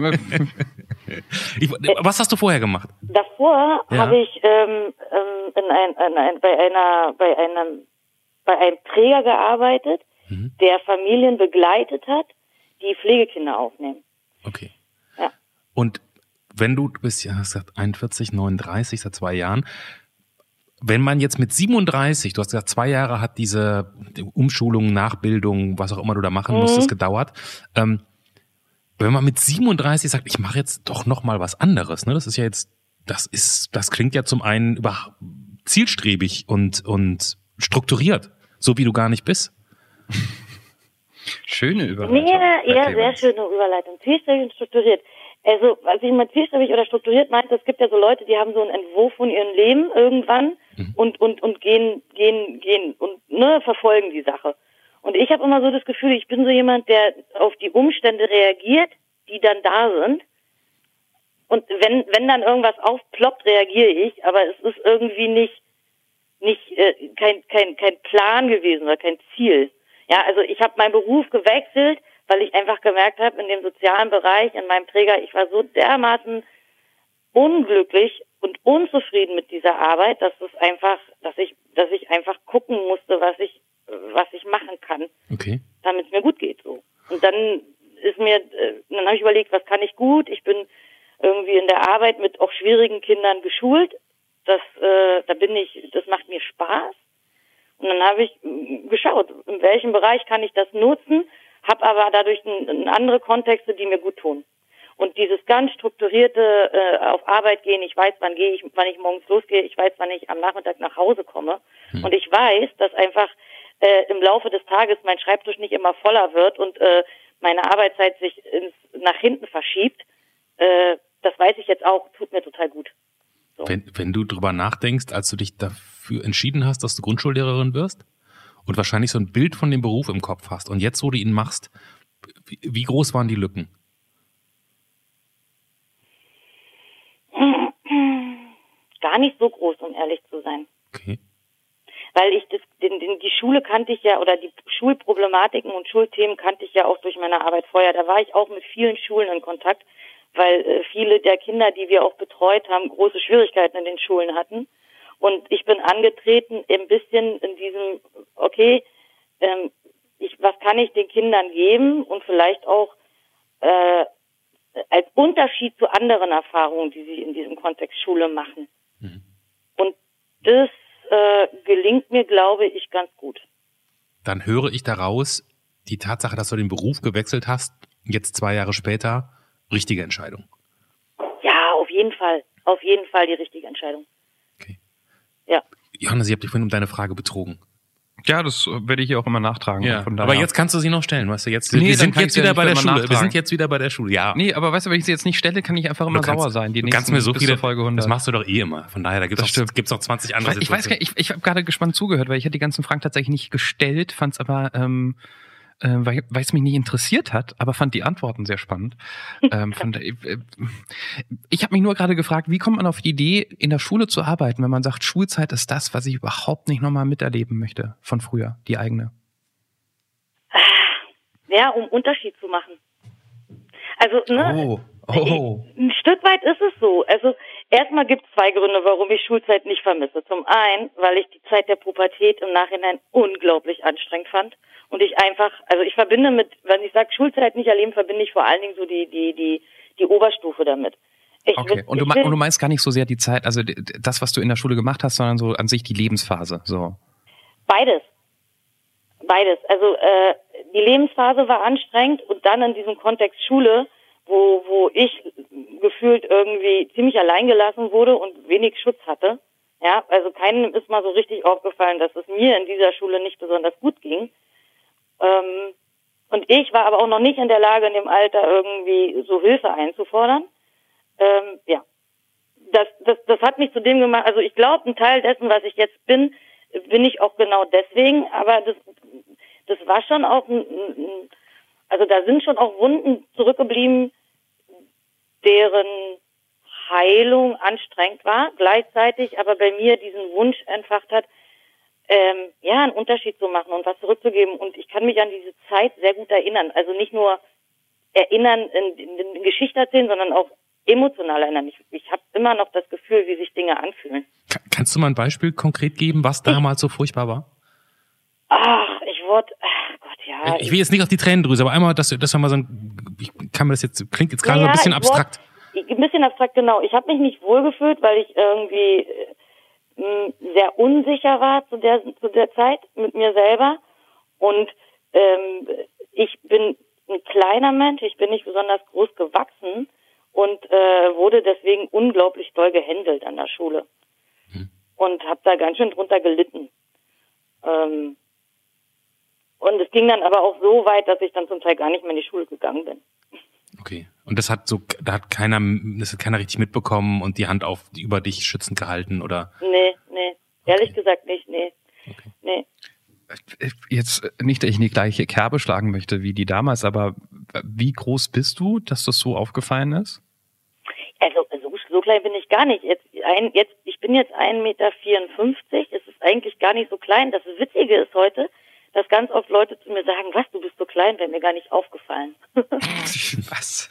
ich, was hast du vorher gemacht? Davor ja. habe ich ähm, in ein, in ein, bei einer bei einem bei einem Träger gearbeitet, mhm. der Familien begleitet hat, die Pflegekinder aufnehmen. Okay. Ja. Und wenn du, du bist ja, hast gesagt einundvierzig, neununddreißig, seit zwei Jahren. Wenn man jetzt mit siebenunddreißig, du hast gesagt, zwei Jahre hat diese Umschulung, Nachbildung, was auch immer du da machen mhm. musstest, gedauert. Ähm, wenn man mit siebenunddreißig sagt, ich mache jetzt doch noch mal was anderes, ne? Das ist ja jetzt, das ist, das klingt ja zum einen über zielstrebig und und strukturiert, so wie du gar nicht bist. Schöne Überleitung. Nee, ja, sehr schöne Überleitung. Zielstrebig und strukturiert. Also, was ich mit zielstrebig oder strukturiert meinte, es gibt ja so Leute, die haben so einen Entwurf von ihrem Leben irgendwann mhm. und und und gehen gehen gehen und ne verfolgen die Sache. Und ich habe immer so das Gefühl, ich bin so jemand, der auf die Umstände reagiert, die dann da sind. Und wenn wenn dann irgendwas aufploppt, reagiere ich, aber es ist irgendwie nicht nicht äh, kein kein kein Plan gewesen oder kein Ziel. Ja, also ich habe meinen Beruf gewechselt, weil ich einfach gemerkt habe, in dem sozialen Bereich, in meinem Träger, ich war so dermaßen unglücklich und unzufrieden mit dieser Arbeit, dass es einfach, dass ich, dass ich einfach gucken musste, was ich, was ich machen kann, okay. damit es mir gut geht, so. Und dann ist mir, dann habe ich überlegt, was kann ich gut? Ich bin irgendwie in der Arbeit mit auch schwierigen Kindern geschult. Das, äh, da bin ich, das macht mir Spaß. Und dann habe ich geschaut, in welchem Bereich kann ich das nutzen, habe aber dadurch ein, ein andere Kontexte, die mir gut tun. Und dieses ganz strukturierte äh, auf Arbeit gehen, ich weiß, wann gehe ich, wann ich morgens losgehe, ich weiß, wann ich am Nachmittag nach Hause komme. Hm. Und ich weiß, dass einfach äh, im Laufe des Tages mein Schreibtisch nicht immer voller wird und äh, meine Arbeitszeit sich ins, nach hinten verschiebt. Äh, das weiß ich jetzt auch, tut mir total gut. So. Wenn, wenn du drüber nachdenkst, als du dich dafür entschieden hast, dass du Grundschullehrerin wirst und wahrscheinlich so ein Bild von dem Beruf im Kopf hast und jetzt, wo du ihn machst, wie, wie groß waren die Lücken? Gar nicht so groß, um ehrlich zu sein. Okay. Weil ich das, den, den, die Schule kannte ich ja, oder die Schulproblematiken und Schulthemen kannte ich ja auch durch meine Arbeit vorher. Da war ich auch mit vielen Schulen in Kontakt, weil äh, viele der Kinder, die wir auch betreut haben, große Schwierigkeiten in den Schulen hatten. Und ich bin angetreten, ein bisschen in diesem, okay, ähm, ich, was kann ich den Kindern geben und vielleicht auch äh, als Unterschied zu anderen Erfahrungen, die sie in diesem Kontext Schule machen. Mhm. Und das äh, gelingt mir, glaube ich, ganz gut. Dann höre ich daraus, die Tatsache, dass du den Beruf gewechselt hast, jetzt zwei Jahre später, richtige Entscheidung. Ja, auf jeden Fall. Auf jeden Fall die richtige Entscheidung. Okay. Ja. Johannes, ich habe dich vorhin um deine Frage betrogen. Ja, das werde ich hier auch immer nachtragen. Ja, von aber jetzt kannst du sie noch stellen, weißt du, jetzt, nee, wir sind jetzt wieder ja bei der Schule, nachtragen. wir sind jetzt wieder bei der Schule, ja. Nee, aber weißt du, wenn ich sie jetzt nicht stelle, kann ich einfach immer kannst, sauer sein. Die du kannst mir so viele, Folge hundert. Das machst du doch eh immer, von daher, da gibt's auch, gibt's auch zwanzig andere Ich weiß, ich, weiß, ich, ich habe gerade gespannt zugehört, weil ich hätte die ganzen Fragen tatsächlich nicht gestellt, fand es aber, ähm, äh, weil weil es mich nicht interessiert hat, aber fand die Antworten sehr spannend. ähm, von der, äh, ich habe mich nur gerade gefragt, wie kommt man auf die Idee, in der Schule zu arbeiten, wenn man sagt, Schulzeit ist das, was ich überhaupt nicht nochmal miterleben möchte von früher, die eigene? Ja, um Unterschied zu machen. Also, ne? Oh. Oh. Ein Stück weit ist es so. Also, Erstmal gibt es zwei Gründe, warum ich Schulzeit nicht vermisse. Zum einen, weil ich die Zeit der Pubertät im Nachhinein unglaublich anstrengend fand und ich einfach, also ich verbinde mit, wenn ich sage Schulzeit nicht erleben, verbinde ich vor allen Dingen so die die die die Oberstufe damit. Ich okay. will, und, du will, und du meinst gar nicht so sehr die Zeit, also das, was du in der Schule gemacht hast, sondern so an sich die Lebensphase. So. Beides. Beides. Also äh, die Lebensphase war anstrengend und dann in diesem Kontext Schule, wo wo ich gefühlt irgendwie ziemlich alleingelassen wurde und wenig Schutz hatte. Ja, also keinem ist mal so richtig aufgefallen, dass es mir in dieser Schule nicht besonders gut ging. Ähm, und ich war aber auch noch nicht in der Lage, in dem Alter irgendwie so Hilfe einzufordern. Ähm, ja, das, das, das hat mich zu dem gemacht. Also ich glaube, ein Teil dessen, was ich jetzt bin, bin ich auch genau deswegen. Aber das, das war schon auch, ein, ein, also da sind schon auch Wunden zurückgeblieben, deren Heilung anstrengend war, gleichzeitig aber bei mir diesen Wunsch entfacht hat, ähm, ja, einen Unterschied zu machen und was zurückzugeben. Und ich kann mich an diese Zeit sehr gut erinnern. Also nicht nur erinnern, in, in, in Geschichte erzählen, sondern auch emotional erinnern. Ich, ich habe immer noch das Gefühl, wie sich Dinge anfühlen. Kannst du mal ein Beispiel konkret geben, was damals so furchtbar war? Ach, ich wurde, ach Gott, ja. Ich will jetzt nicht auf die Tränendrüse, aber einmal, dass, dass wir mal so ein, ich kann mir das jetzt, klingt jetzt gerade ja, so ein bisschen ich abstrakt. Wurde, ein bisschen abstrakt, genau. Ich habe mich nicht wohlgefühlt, weil ich irgendwie äh, sehr unsicher war zu der, zu der Zeit mit mir selber. Und ähm, ich bin ein kleiner Mensch, ich bin nicht besonders groß gewachsen und äh, wurde deswegen unglaublich doll gehändelt an der Schule. Hm. Und habe da ganz schön drunter gelitten. Ähm, und es ging dann aber auch so weit, dass ich dann zum Teil gar nicht mehr in die Schule gegangen bin. Okay. Und das hat so, da hat keiner, das hat keiner richtig mitbekommen und die Hand auf, über dich schützend gehalten, oder? Nee, nee. Ehrlich okay. gesagt nicht, nee. Okay. Nee. Jetzt nicht, dass ich in die gleiche Kerbe schlagen möchte wie die damals, aber wie groß bist du, dass das so aufgefallen ist? Also so, so klein bin ich gar nicht. Jetzt, ein, jetzt, ich bin jetzt ein Meter vierundfünfzig. Es ist eigentlich gar nicht so klein. Das Witzige ist heute, dass ganz oft Leute zu mir sagen, was, du bist so klein, wäre mir gar nicht aufgefallen. Was?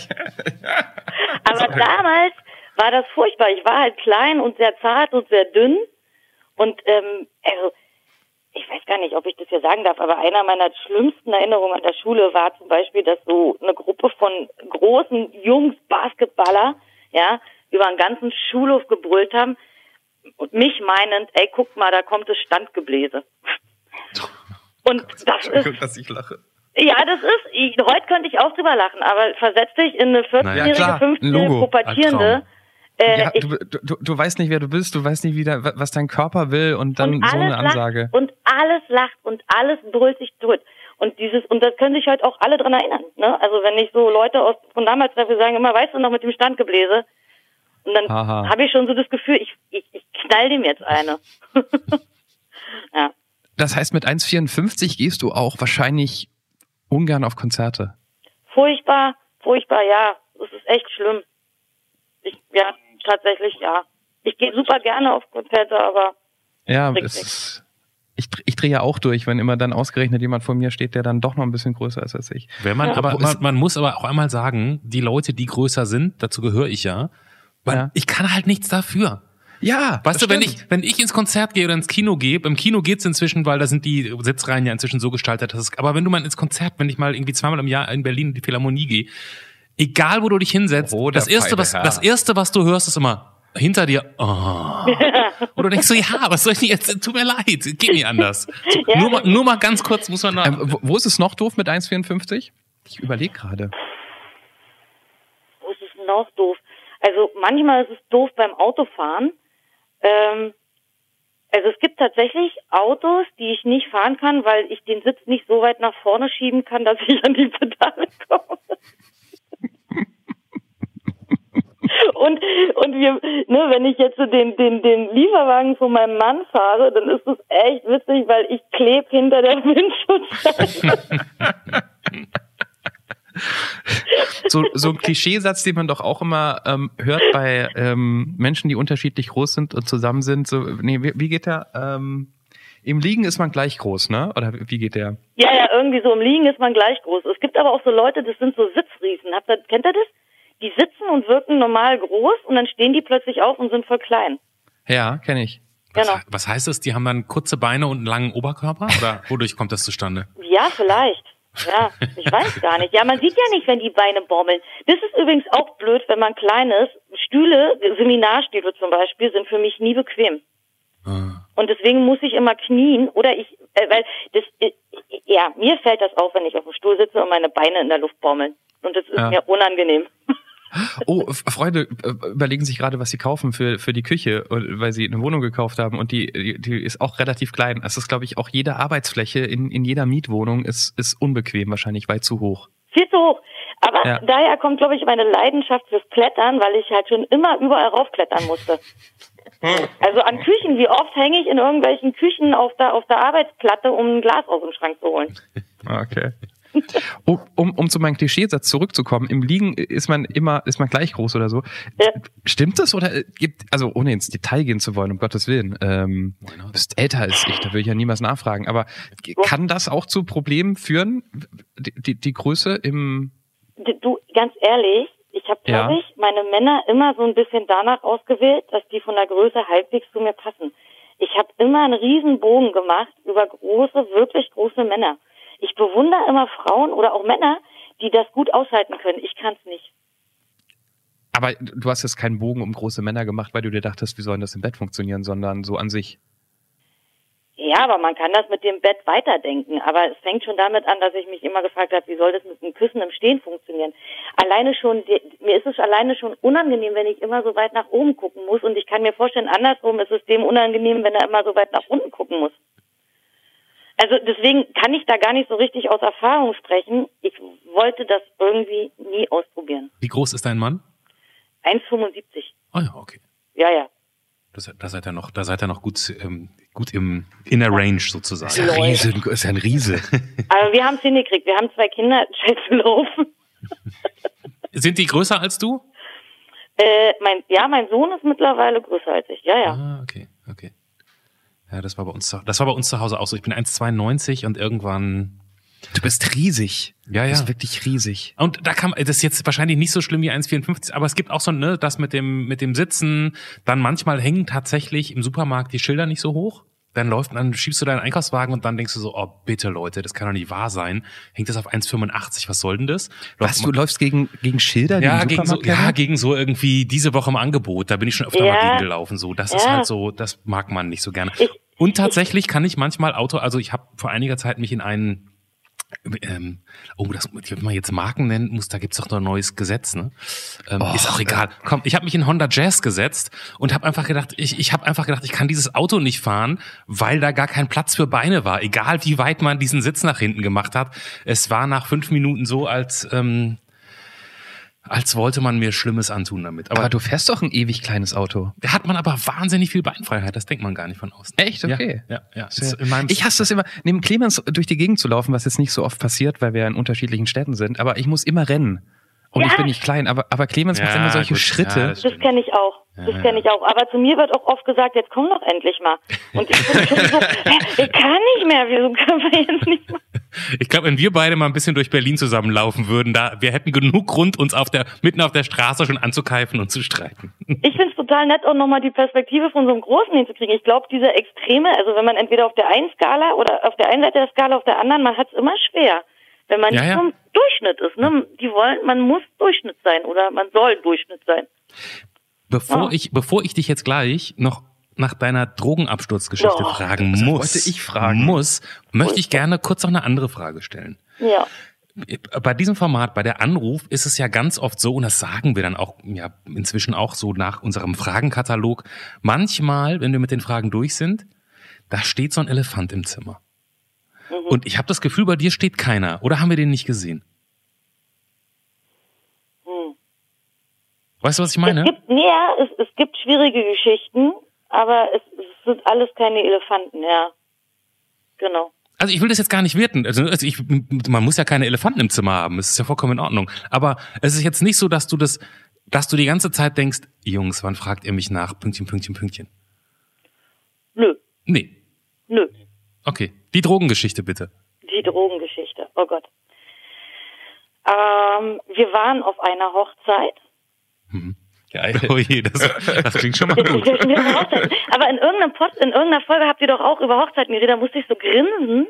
Aber damals war das furchtbar. Ich war halt klein und sehr zart und sehr dünn. Und ähm, also ich weiß gar nicht, ob ich das hier sagen darf, aber einer meiner schlimmsten Erinnerungen an der Schule war zum Beispiel, dass so eine Gruppe von großen Jungs, Basketballer, ja, über einen ganzen Schulhof gebrüllt haben und mich meinend, ey, guck mal, da kommt das Standgebläse. Und das ist, dass ich lache. Ja, das ist, ich, heute könnte ich auch drüber lachen, aber versetz dich in eine vierzehnjährige, naja, fünfzehnjährige Pubertierende. Äh, ja, ich, du, du, du weißt nicht, wer du bist, du weißt nicht, wie da, was dein Körper will und dann und so eine lacht, Ansage. Und alles lacht und alles brüllt sich tot. Und dieses, und das können sich heute auch alle dran erinnern, ne? Also wenn ich so Leute aus, von damals treffe, sagen immer, weißt du noch mit dem Standgebläse? Und dann habe ich schon so das Gefühl, ich, ich, ich knall dem jetzt eine. Ja. Das heißt, mit eins Komma vierundfünfzig gehst du auch wahrscheinlich ungern auf Konzerte. Furchtbar, furchtbar, ja. Das ist echt schlimm. Ich, ja, tatsächlich, ja. Ich gehe super gerne auf Konzerte, aber ja, es ist, ich, ich drehe ja auch durch, wenn immer dann ausgerechnet jemand vor mir steht, der dann doch noch ein bisschen größer ist als ich. Wenn man, ja. aber man, man muss aber auch einmal sagen, die Leute, die größer sind, dazu gehöre ich ja, weil ja. ich kann halt nichts dafür. Ja, weißt du, stimmt. wenn ich wenn ich ins Konzert gehe oder ins Kino gehe, beim Kino geht's inzwischen, weil da sind die Sitzreihen ja inzwischen so gestaltet, dass es, aber wenn du mal ins Konzert, wenn ich mal irgendwie zweimal im Jahr in Berlin in die Philharmonie gehe, egal wo du dich hinsetzt, oh, das erste was Herr. das erste was du hörst ist immer hinter dir, oh. Und du denkst so, ja, was soll ich denn jetzt, tut mir leid, geht nicht anders. So, ja. nur, mal, nur mal ganz kurz muss man noch. Ähm, wo, wo ist es noch doof mit eins Komma vierundfünfzig? Ich überlege gerade. Wo ist es noch doof? Also manchmal ist es doof beim Autofahren. Ähm, also es gibt tatsächlich Autos, die ich nicht fahren kann, weil ich den Sitz nicht so weit nach vorne schieben kann, dass ich an die Pedale komme. und und wir, ne, wenn ich jetzt so den den den Lieferwagen von meinem Mann fahre, dann ist das echt witzig, weil ich kleb hinter der Windschutzscheibe. So, so ein Klischeesatz, den man doch auch immer ähm, hört bei ähm, Menschen, die unterschiedlich groß sind und zusammen sind. So, nee, wie, wie geht der? Ähm, Im Liegen ist man gleich groß, ne? Oder wie geht der? Ja, ja, irgendwie so im Liegen ist man gleich groß. Es gibt aber auch so Leute, das sind so Sitzriesen. Habt ihr, kennt ihr das? Die sitzen und wirken normal groß und dann stehen die plötzlich auf und sind voll klein. Ja, kenne ich. Was, Genau. was heißt das? Die haben dann kurze Beine und einen langen Oberkörper? Oder wodurch kommt das zustande? Ja, vielleicht. Ja, ich weiß gar nicht. Ja, man sieht ja nicht, wenn die Beine baumeln. Das ist übrigens auch blöd, wenn man klein ist. Stühle, Seminarstühle zum Beispiel, sind für mich nie bequem. Ah. Und deswegen muss ich immer knien oder ich, äh, weil das, äh, ja, mir fällt das auf, wenn ich auf dem Stuhl sitze und meine Beine in der Luft baumeln. Und das ist Ja. mir unangenehm. Oh, Freunde überlegen sich gerade, was sie kaufen für für die Küche, weil sie eine Wohnung gekauft haben und die die, die ist auch relativ klein. Es ist, glaube ich, auch jede Arbeitsfläche in in jeder Mietwohnung ist ist unbequem, wahrscheinlich weit zu hoch. Viel zu hoch. Aber Ja. daher kommt, glaube ich, meine Leidenschaft fürs Klettern, weil ich halt schon immer überall raufklettern musste. Also an Küchen, wie oft hänge ich in irgendwelchen Küchen auf der auf der Arbeitsplatte, um ein Glas aus dem Schrank zu holen. Okay. Um, um, um zu meinem Klischeesatz zurückzukommen, im Liegen ist man immer, ist man gleich groß oder so. Ja. Stimmt das oder gibt, also ohne ins Detail gehen zu wollen, um Gottes Willen, ähm, du bist älter als ich, da will ich ja niemals nachfragen, aber kann das auch zu Problemen führen, die, die, die Größe im... Du, ganz ehrlich, ich habe, glaube Ja. ich, meine Männer immer so ein bisschen danach ausgewählt, dass die von der Größe halbwegs zu mir passen. Ich habe immer einen riesen Bogen gemacht über große, wirklich große Männer. Ich bewundere immer Frauen oder auch Männer, die das gut aushalten können. Ich kann es nicht. Aber du hast jetzt keinen Bogen um große Männer gemacht, weil du dir dachtest, wie sollen das im Bett funktionieren, sondern so an sich. Ja, aber man kann das mit dem Bett weiterdenken. Aber es fängt schon damit an, dass ich mich immer gefragt habe, wie soll das mit dem Küssen im Stehen funktionieren? Alleine schon, mir ist es alleine schon unangenehm, wenn ich immer so weit nach oben gucken muss. Und ich kann mir vorstellen, andersrum ist es dem unangenehm, wenn er immer so weit nach unten gucken muss. Also deswegen kann ich da gar nicht so richtig aus Erfahrung sprechen. Ich wollte das irgendwie nie ausprobieren. Wie groß ist dein Mann? eins Komma fünfundsiebzig. Oh ja, okay. Ja, ja. Das, da seid ihr noch, da seid ihr noch gut, ähm, gut im in der Range sozusagen. Ist ja ein Riese, ist ja ein Riese. Aber wir haben es hingekriegt. Wir haben zwei Kinder, scheiße laufen. Sind die größer als du? Äh, mein, ja, mein Sohn ist mittlerweile größer als ich. Ja, ja. Ah, okay, okay. Ja, das war bei uns, zu- das war bei uns zu Hause auch so. Ich bin eins Komma zweiundneunzig und irgendwann. Du bist riesig. Ja, ja. Du bist wirklich riesig. Und da kann, das ist jetzt wahrscheinlich nicht so schlimm wie eins Komma vierundfünfzig, aber es gibt auch so, ne, das mit dem, mit dem Sitzen, dann manchmal hängen tatsächlich im Supermarkt die Schilder nicht so hoch. Dann läuft, dann schiebst du deinen Einkaufswagen und dann denkst du so, oh, bitte Leute, das kann doch nicht wahr sein. Hängt das auf eins Komma fünfundachtzig, was soll denn das? Was, du läufst gegen, gegen Schilder? Ja, die im gegen so, Supermarkt ja, hängen? gegen so irgendwie diese Woche im Angebot. Da bin ich schon öfter Ja. mal gegen gelaufen. So, das ist Ja. halt so, das mag man nicht so gerne. Ich- Und tatsächlich kann ich manchmal Auto, also ich habe vor einiger Zeit mich in einen, ähm, oh, das, wenn man jetzt Marken nennen muss, da gibt's doch noch ein neues Gesetz, ne? Ähm, Och, ist auch egal. Komm, ich habe mich in Honda Jazz gesetzt und habe einfach gedacht, ich, ich habe einfach gedacht, ich kann dieses Auto nicht fahren, weil da gar kein Platz für Beine war. Egal wie weit man diesen Sitz nach hinten gemacht hat, es war nach fünf Minuten so, als ähm, als wollte man mir Schlimmes antun damit. Aber, Aber du fährst doch ein ewig kleines Auto. da hat man aber wahnsinnig viel Beinfreiheit. Das denkt man gar nicht von außen. Echt? Okay. Ja, ja. ja. Sehr- In meinem Ich hasse das immer, neben Clemens durch die Gegend zu laufen, was jetzt nicht so oft passiert, weil wir in unterschiedlichen Städten sind, aber ich muss immer rennen. Und Ja. ich bin nicht klein, aber, aber Clemens macht Ja, immer solche gut. Schritte. Ja, das Das kenne ich auch. Das kenne ich auch. Aber zu mir wird auch oft gesagt, jetzt komm doch endlich mal. Und ich bin schon so, hä, ich kann nicht mehr. Wieso können wir jetzt nicht mal? Ich glaube, wenn wir beide mal ein bisschen durch Berlin zusammenlaufen würden, da wir hätten genug Grund, uns auf der mitten auf der Straße schon anzukeifen und zu streiten. Ich finde es total nett, auch nochmal die Perspektive von so einem Großen hinzukriegen. Ich glaube, diese Extreme, also wenn man entweder auf der einen Skala oder auf der einen Seite der Skala, auf der anderen, man hat es immer schwer. Wenn man Ja, nicht ja. vom Durchschnitt ist, ne? Die wollen, man muss Durchschnitt sein oder man soll Durchschnitt sein. Bevor Ah. ich bevor ich dich jetzt gleich noch nach deiner Drogenabsturzgeschichte Doch. fragen Das muss, wollte ich fragen. muss, möchte ich gerne kurz noch eine andere Frage stellen. Ja. Bei diesem Format, bei der Anruf, ist es ja ganz oft so, und das sagen wir dann auch ja inzwischen auch so nach unserem Fragenkatalog, manchmal, wenn wir mit den Fragen durch sind, da steht so ein Elefant im Zimmer. Mhm. Und ich habe das Gefühl, bei dir steht keiner. Oder haben wir den nicht gesehen? Hm. Weißt du, was ich meine? Es gibt, nee, ja, es, es gibt schwierige Geschichten, aber es, es sind alles keine Elefanten, ja. Genau. Also ich will das jetzt gar nicht werten. Also also ich, man muss ja keine Elefanten im Zimmer haben. Es ist ja vollkommen in Ordnung. Aber es ist jetzt nicht so, dass du das, dass du die ganze Zeit denkst, Jungs, wann fragt ihr mich nach? Pünktchen, Pünktchen, Pünktchen. Nö, Nee. nö. Okay. Die Drogengeschichte bitte. Die Drogengeschichte, oh Gott. Ähm, wir waren auf einer Hochzeit Geil. Oh je, das, das klingt schon mal gut. Aber in irgendeinem Pod, in irgendeiner Folge habt ihr doch auch über Hochzeiten geredet, da musste ich so grinsen,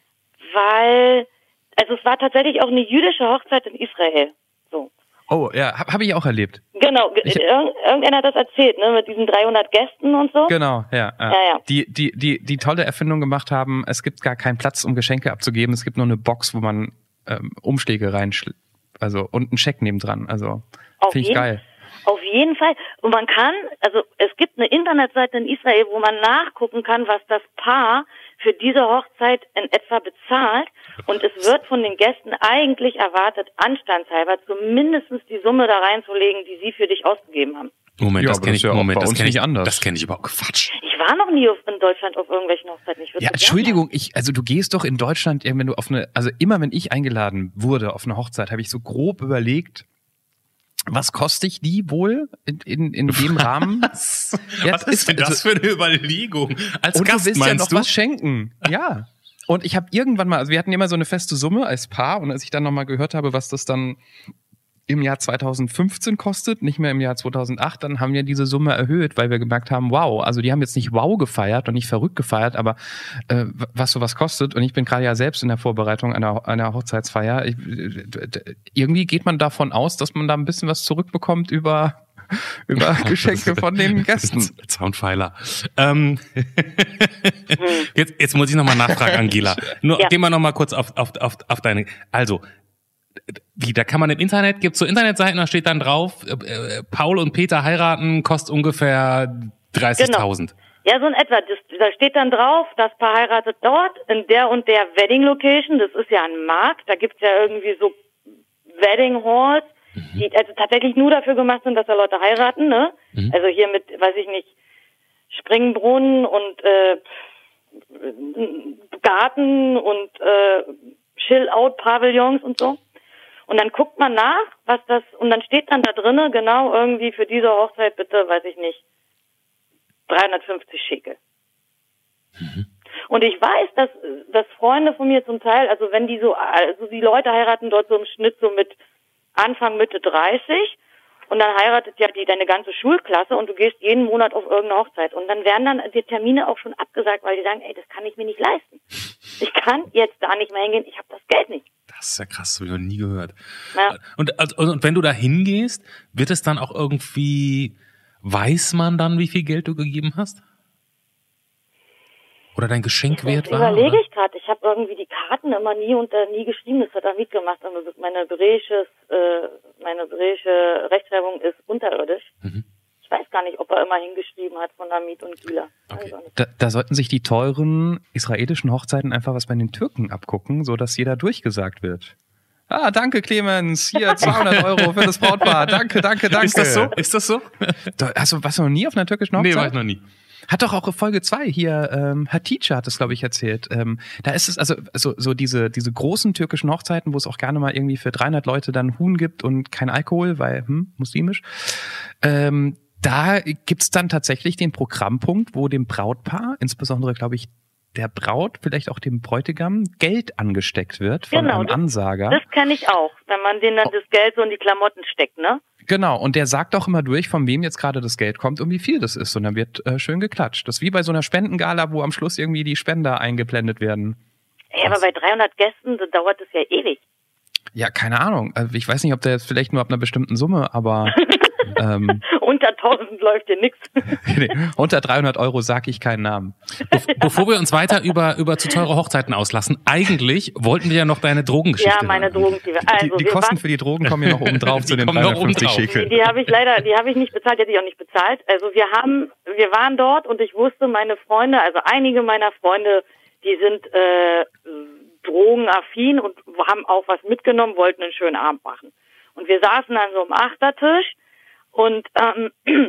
weil, also es war tatsächlich auch eine jüdische Hochzeit in Israel. So. Oh, ja, habe hab ich auch erlebt. Genau, ich, Irgend, irgendeiner hat das erzählt, ne, mit diesen dreihundert Gästen und so. Genau, ja. ja. ja, ja. Die, die, die, die tolle Erfindung gemacht haben, es gibt gar keinen Platz, um Geschenke abzugeben, es gibt nur eine Box, wo man ähm, Umschläge reinschlägt, also und einen Scheck nebendran, also finde ich geil. Auf jeden Fall. Und man kann, also es gibt eine Internetseite in Israel, wo man nachgucken kann, was das Paar für diese Hochzeit in etwa bezahlt. Und es wird von den Gästen eigentlich erwartet, anstandshalber zumindest die Summe da reinzulegen, die sie für dich ausgegeben haben. Moment, ja, das kenne ich, ja Moment, das kenne ich anders. Das kenne ich überhaupt Quatsch. Ich war noch nie auf, in Deutschland auf irgendwelchen Hochzeiten. Ich ja, Entschuldigung, ich, also du gehst doch in Deutschland, wenn du auf eine, also immer wenn ich eingeladen wurde auf eine Hochzeit, habe ich so grob überlegt, was koste ich die wohl in, in, in dem Rahmen? Was, ja, was ist denn das also, für eine Überlegung? Als und Gast du willst ja noch du? was schenken. Ja. Und ich habe irgendwann mal, also wir hatten immer so eine feste Summe als Paar und als ich dann nochmal gehört habe, was das dann im Jahr zweitausendfünfzehn kostet, nicht mehr im Jahr zweitausendacht, dann haben wir diese Summe erhöht, weil wir gemerkt haben, wow, also die haben jetzt nicht wow gefeiert und nicht verrückt gefeiert, aber äh, was sowas kostet, und ich bin gerade ja selbst in der Vorbereitung einer, einer Hochzeitsfeier, ich, irgendwie geht man davon aus, dass man da ein bisschen was zurückbekommt über über Geschenke von den Gästen. Zaunpfeiler. Ähm, jetzt, jetzt muss ich nochmal nachfragen, Angela. Nur ja. Gehen wir nochmal kurz auf, auf, auf, auf deine, also wie, da kann man im Internet, gibt's so Internetseiten, da steht dann drauf, äh, Paul und Peter heiraten, kostet ungefähr dreißigtausend. Genau. Ja, so in etwa. Das, da steht dann drauf, das Paar heiratet dort, in der und der Wedding Location, das ist ja ein Markt, da gibt's ja irgendwie so Wedding Halls, mhm. die also tatsächlich nur dafür gemacht sind, dass da Leute heiraten, ne? Mhm. Also hier mit, weiß ich nicht, Springbrunnen und äh, Garten und äh, Chill-Out-Pavillons und so. Und dann guckt man nach, was das, und dann steht dann da drinnen, genau irgendwie für diese Hochzeit bitte, weiß ich nicht, dreihundertfünfzig Schekel. Mhm. Und ich weiß, dass, dass Freunde von mir zum Teil, also wenn die so, also die Leute heiraten dort so im Schnitt so mit Anfang, Mitte dreißig, und dann heiratet ja die deine ganze Schulklasse und du gehst jeden Monat auf irgendeine Hochzeit. Und dann werden dann die Termine auch schon abgesagt, weil die sagen, ey, das kann ich mir nicht leisten. Ich kann jetzt da nicht mehr hingehen, ich habe das Geld nicht. Das ist ja krass, das habe ich noch nie gehört. Ja. Und, also, und wenn du da hingehst, wird es dann auch irgendwie, weiß man dann, wie viel Geld du gegeben hast? Oder dein Geschenk wert war? Das überlege oder? ich gerade. Ich habe irgendwie die Karten immer nie und äh, nie geschrieben. Das hat er mitgemacht. Also meine hebräische, äh, meine hebräische Rechtschreibung ist unterirdisch. Mhm. Ich weiß gar nicht, ob er immer hingeschrieben hat von Amit und Gila. Okay. Da, da sollten sich die teuren israelischen Hochzeiten einfach was bei den Türken abgucken, so dass jeder durchgesagt wird. Ah, danke Clemens, hier zweihundert Euro für das Brautpaar. Danke, danke, danke. Ist das so? Ist das so? Hast du, warst du noch nie auf einer türkischen Hochzeit? Nee, war ich noch nie. Hat doch auch Folge zwei hier, ähm, Hatice hat es, glaube ich, erzählt. Ähm, da ist es also so, so diese diese großen türkischen Hochzeiten, wo es auch gerne mal irgendwie für dreihundert Leute dann Huhn gibt und kein Alkohol, weil hm, muslimisch. Ähm, da gibt's dann tatsächlich den Programmpunkt, wo dem Brautpaar, insbesondere, glaube ich, der Braut, vielleicht auch dem Bräutigam, Geld angesteckt wird von genau, einem das, Ansager. Das kenne ich auch, wenn man denen dann das Geld so in die Klamotten steckt, ne? Genau, und der sagt auch immer durch, von wem jetzt gerade das Geld kommt und wie viel das ist. Und dann wird äh, schön geklatscht. Das ist wie bei so einer Spendengala, wo am Schluss irgendwie die Spender eingeblendet werden. Ey, aber bei dreihundert Gästen, da dauert es ja ewig. Ja, keine Ahnung. Also ich weiß nicht, ob der jetzt vielleicht nur ab einer bestimmten Summe, aber... ähm, unter tausend läuft dir nix. nee, unter dreihundert Euro sag ich keinen Namen. Be- bevor wir uns weiter über über zu teure Hochzeiten auslassen, eigentlich wollten wir ja noch deine Drogengeschichte Ja, meine hören. Drogengeschichte. Also, die die Kosten für die Drogen kommen ja noch oben drauf zu den dreihundertfünfzig Schekel. Die, die habe ich leider, die habe ich nicht bezahlt, die hätte ich auch nicht bezahlt. Also wir haben, wir waren dort und ich wusste, meine Freunde, also einige meiner Freunde, die sind äh, drogenaffin und haben auch was mitgenommen, wollten einen schönen Abend machen. Und wir saßen an so einem Achtertisch und ähm,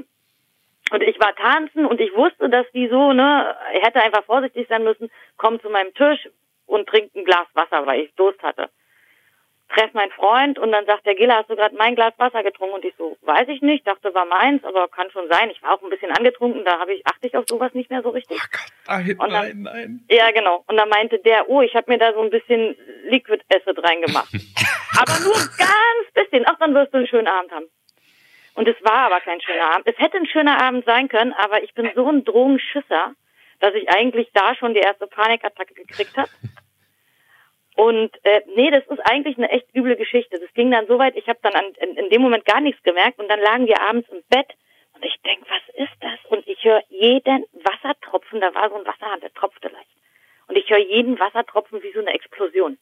und ich war tanzen und ich wusste, dass die so, ne, ich hätte einfach vorsichtig sein müssen, komm zu meinem Tisch und trink ein Glas Wasser, weil ich Durst hatte. Treff meinen Freund und dann sagt der Gila, hast du gerade mein Glas Wasser getrunken? Und ich so, weiß ich nicht, dachte, war meins, aber kann schon sein. Ich war auch ein bisschen angetrunken, da habe ich, achte ich auf sowas nicht mehr so richtig. Ach Gott, nein, und dann, nein, nein. Ja, genau. Und dann meinte der, oh, ich habe mir da so ein bisschen Liquid Acid reingemacht. Aber nur ganz bisschen. Ach, dann wirst du einen schönen Abend haben. Und es war aber kein schöner Abend. Es hätte ein schöner Abend sein können, aber ich bin so ein Drogenschisser, dass ich eigentlich da schon die erste Panikattacke gekriegt habe. Und äh, nee, das ist eigentlich eine echt üble Geschichte. Das ging dann so weit, ich habe dann an, in, in dem Moment gar nichts gemerkt und dann lagen wir abends im Bett und ich denk, was ist das? Und ich höre jeden Wassertropfen, da war so ein Wasserhahn, der tropfte leicht. Und ich höre jeden Wassertropfen wie so eine Explosion.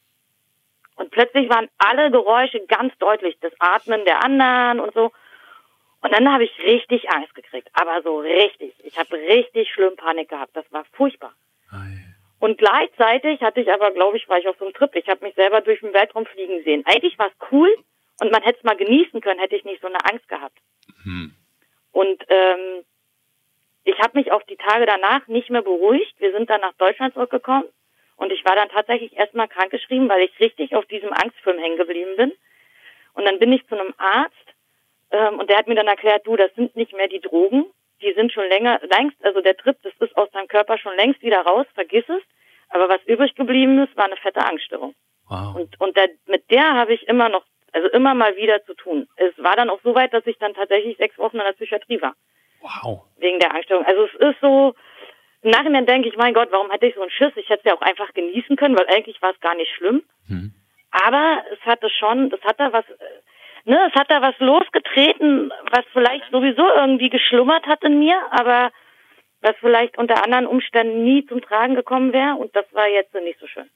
Und plötzlich waren alle Geräusche ganz deutlich, das Atmen der anderen und so. Und dann habe ich richtig Angst gekriegt, aber so richtig. Ich habe richtig schlimm Panik gehabt, das war furchtbar. Ei. Und gleichzeitig hatte ich aber, glaube ich, war ich auf so einem Trip. Ich habe mich selber durch den Weltraum fliegen sehen. Eigentlich war es cool und man hätte es mal genießen können, hätte ich nicht so eine Angst gehabt. Hm. Und ähm, ich habe mich auch die Tage danach nicht mehr beruhigt. Wir sind dann nach Deutschland zurückgekommen und ich war dann tatsächlich erstmal krankgeschrieben, weil ich richtig auf diesem Angstfilm hängen geblieben bin. Und dann bin ich zu einem Arzt ähm, und der hat mir dann erklärt, du, das sind nicht mehr die Drogen. Die sind schon länger, längst, also der Trip, das ist aus deinem Körper schon längst wieder raus, vergiss es. Aber was übrig geblieben ist, war eine fette Angststörung. Wow. Und, und der, mit der habe ich immer noch, also immer mal wieder zu tun. Es war dann auch so weit, dass ich dann tatsächlich sechs Wochen in der Psychiatrie war. Wow. Wegen der Angststörung. Also es ist so, im Nachhinein denke ich, mein Gott, warum hätte ich so einen Schiss? Ich hätte es ja auch einfach genießen können, weil eigentlich war es gar nicht schlimm. Hm. Aber es hatte schon, es hat da was, ne, es hat da was losgetreten, was vielleicht sowieso irgendwie geschlummert hat in mir, aber was vielleicht unter anderen Umständen nie zum Tragen gekommen wäre. Und das war jetzt nicht so schön.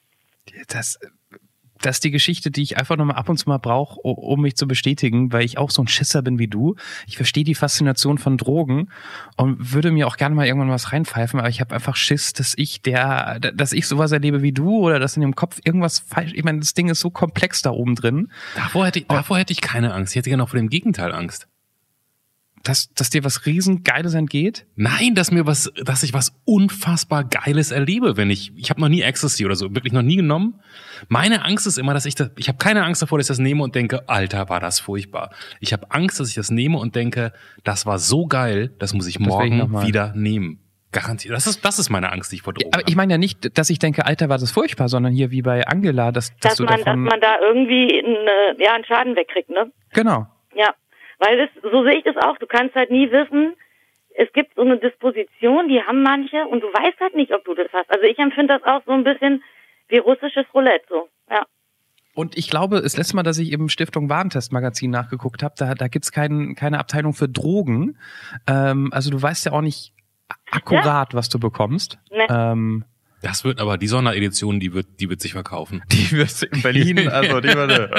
Das, das ist die Geschichte, die ich einfach nochmal ab und zu mal brauche, um mich zu bestätigen, weil ich auch so ein Schisser bin wie du. Ich verstehe die Faszination von Drogen und würde mir auch gerne mal irgendwann was reinpfeifen, aber ich habe einfach Schiss, dass ich der, dass ich sowas erlebe wie du oder dass in dem Kopf irgendwas falsch, ich meine, das Ding ist so komplex da oben drin. Davor hätte ich, davor hätte ich keine Angst. Ich hätte genau vor dem Gegenteil Angst. Dass, dass dir was Riesengeiles entgeht? Nein, dass mir was, dass ich was unfassbar Geiles erlebe, wenn ich, ich habe noch nie Ecstasy oder so, wirklich noch nie genommen. Meine Angst ist immer, dass ich das, ich habe keine Angst davor, dass ich das nehme und denke, Alter, war das furchtbar. Ich habe Angst, dass ich das nehme und denke, das war so geil, das muss ich morgen ich wieder nehmen. Garantiert. Das ist, das ist meine Angst, die ich vor Drogen Aber ich meine ja nicht, dass ich denke, Alter, war das furchtbar, sondern hier wie bei Angela, dass, dass, dass du man, davon... dass man da irgendwie einen, ja, einen Schaden wegkriegt, ne? Genau. Ja. Weil das, so sehe ich das auch, du kannst halt nie wissen, es gibt so eine Disposition, die haben manche und du weißt halt nicht, ob du das hast. Also ich empfinde das auch so ein bisschen wie russisches Roulette, so, ja. Und ich glaube, das letzte Mal, dass ich im Stiftung Warentest-Magazin nachgeguckt habe, da, da gibt's kein, keine Abteilung für Drogen. Ähm, also du weißt ja auch nicht akkurat, ja, was du bekommst. Nee. Ähm, Das wird aber, die Sonderedition, die wird, die wird sich verkaufen. Die wird in Berlin, also die würde.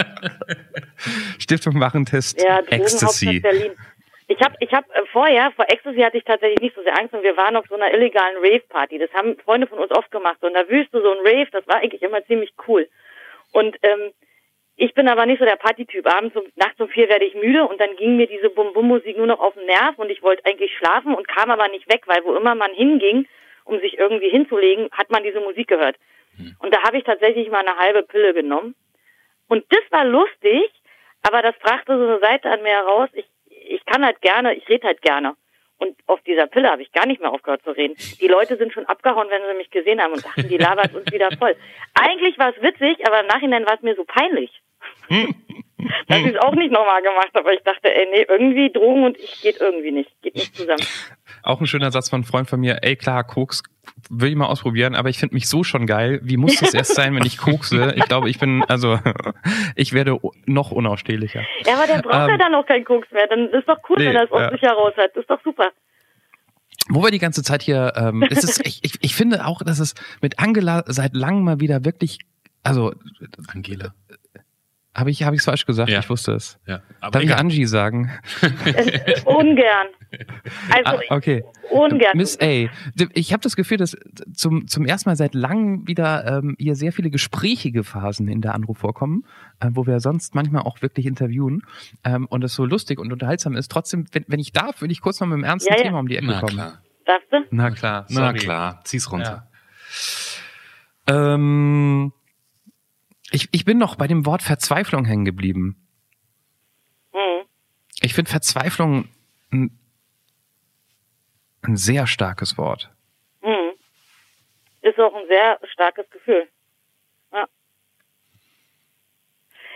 Stiftung Warentest, ja, Ecstasy. Berlin. Ich habe ich hab äh, vorher, vor Ecstasy hatte ich tatsächlich nicht so sehr Angst und wir waren auf so einer illegalen Rave-Party. Das haben Freunde von uns oft gemacht. Und in der Wüste so ein Rave, das war eigentlich immer ziemlich cool. Und ähm, ich bin aber nicht so der Partytyp. Abends um, nachts um vier werde ich müde und dann ging mir diese Bum-Bum-Musik nur noch auf den Nerv und ich wollte eigentlich schlafen und kam aber nicht weg, weil wo immer man hinging, um sich irgendwie hinzulegen, hat man diese Musik gehört. Hm. Und da habe ich tatsächlich mal eine halbe Pille genommen. Und das war lustig, aber das brachte so eine Seite an mir heraus. Ich, ich kann halt gerne, ich rede halt gerne. Und auf dieser Pille habe ich gar nicht mehr aufgehört zu reden. Die Leute sind schon abgehauen, wenn sie mich gesehen haben und dachten, die labert uns wieder voll. Eigentlich war es witzig, aber im Nachhinein war es mir so peinlich. Dass ich es auch nicht nochmal gemacht habe, aber ich dachte, ey, nee, irgendwie Drogen und ich geht irgendwie nicht, geht nicht zusammen. Auch ein schöner Satz von einem Freund von mir, ey klar, Koks will ich mal ausprobieren, aber ich finde mich so schon geil. Wie muss das erst sein, wenn ich kokse? Ich glaube, ich bin, also, ich werde noch unausstehlicher. Ja, aber der braucht ähm, ja dann auch keinen Koks mehr. Dann ist doch cool, nee, wenn er es aus ja. sich heraus hat. Das ist doch super. Wo wir die ganze Zeit hier, ähm, es ist, ich, ich, ich finde auch, dass es mit Angela seit langem mal wieder wirklich, also, Angela. Habe ich, habe ich es falsch gesagt? Ja. Ich wusste es. Ja, aber darf egal. ich Angie sagen? Äh, ungern. Also, ah, okay. Ungern. Miss A. Ich habe das Gefühl, dass zum, zum ersten Mal seit langem wieder ähm, hier sehr viele gesprächige Phasen in der Anruf vorkommen, äh, wo wir sonst manchmal auch wirklich interviewen ähm, und es so lustig und unterhaltsam ist. Trotzdem, wenn, wenn ich darf, würde ich kurz noch mit dem ernsten ja, ja. Thema um die Ecke Na, kommen. Klar. Darfst du? Na klar. Sorry. Na klar. Zieh's runter. Ja. Ähm... Ich, ich bin noch bei dem Wort Verzweiflung hängen geblieben. Mhm. Ich finde Verzweiflung ein, ein sehr starkes Wort. Mhm. Ist auch ein sehr starkes Gefühl. Ja.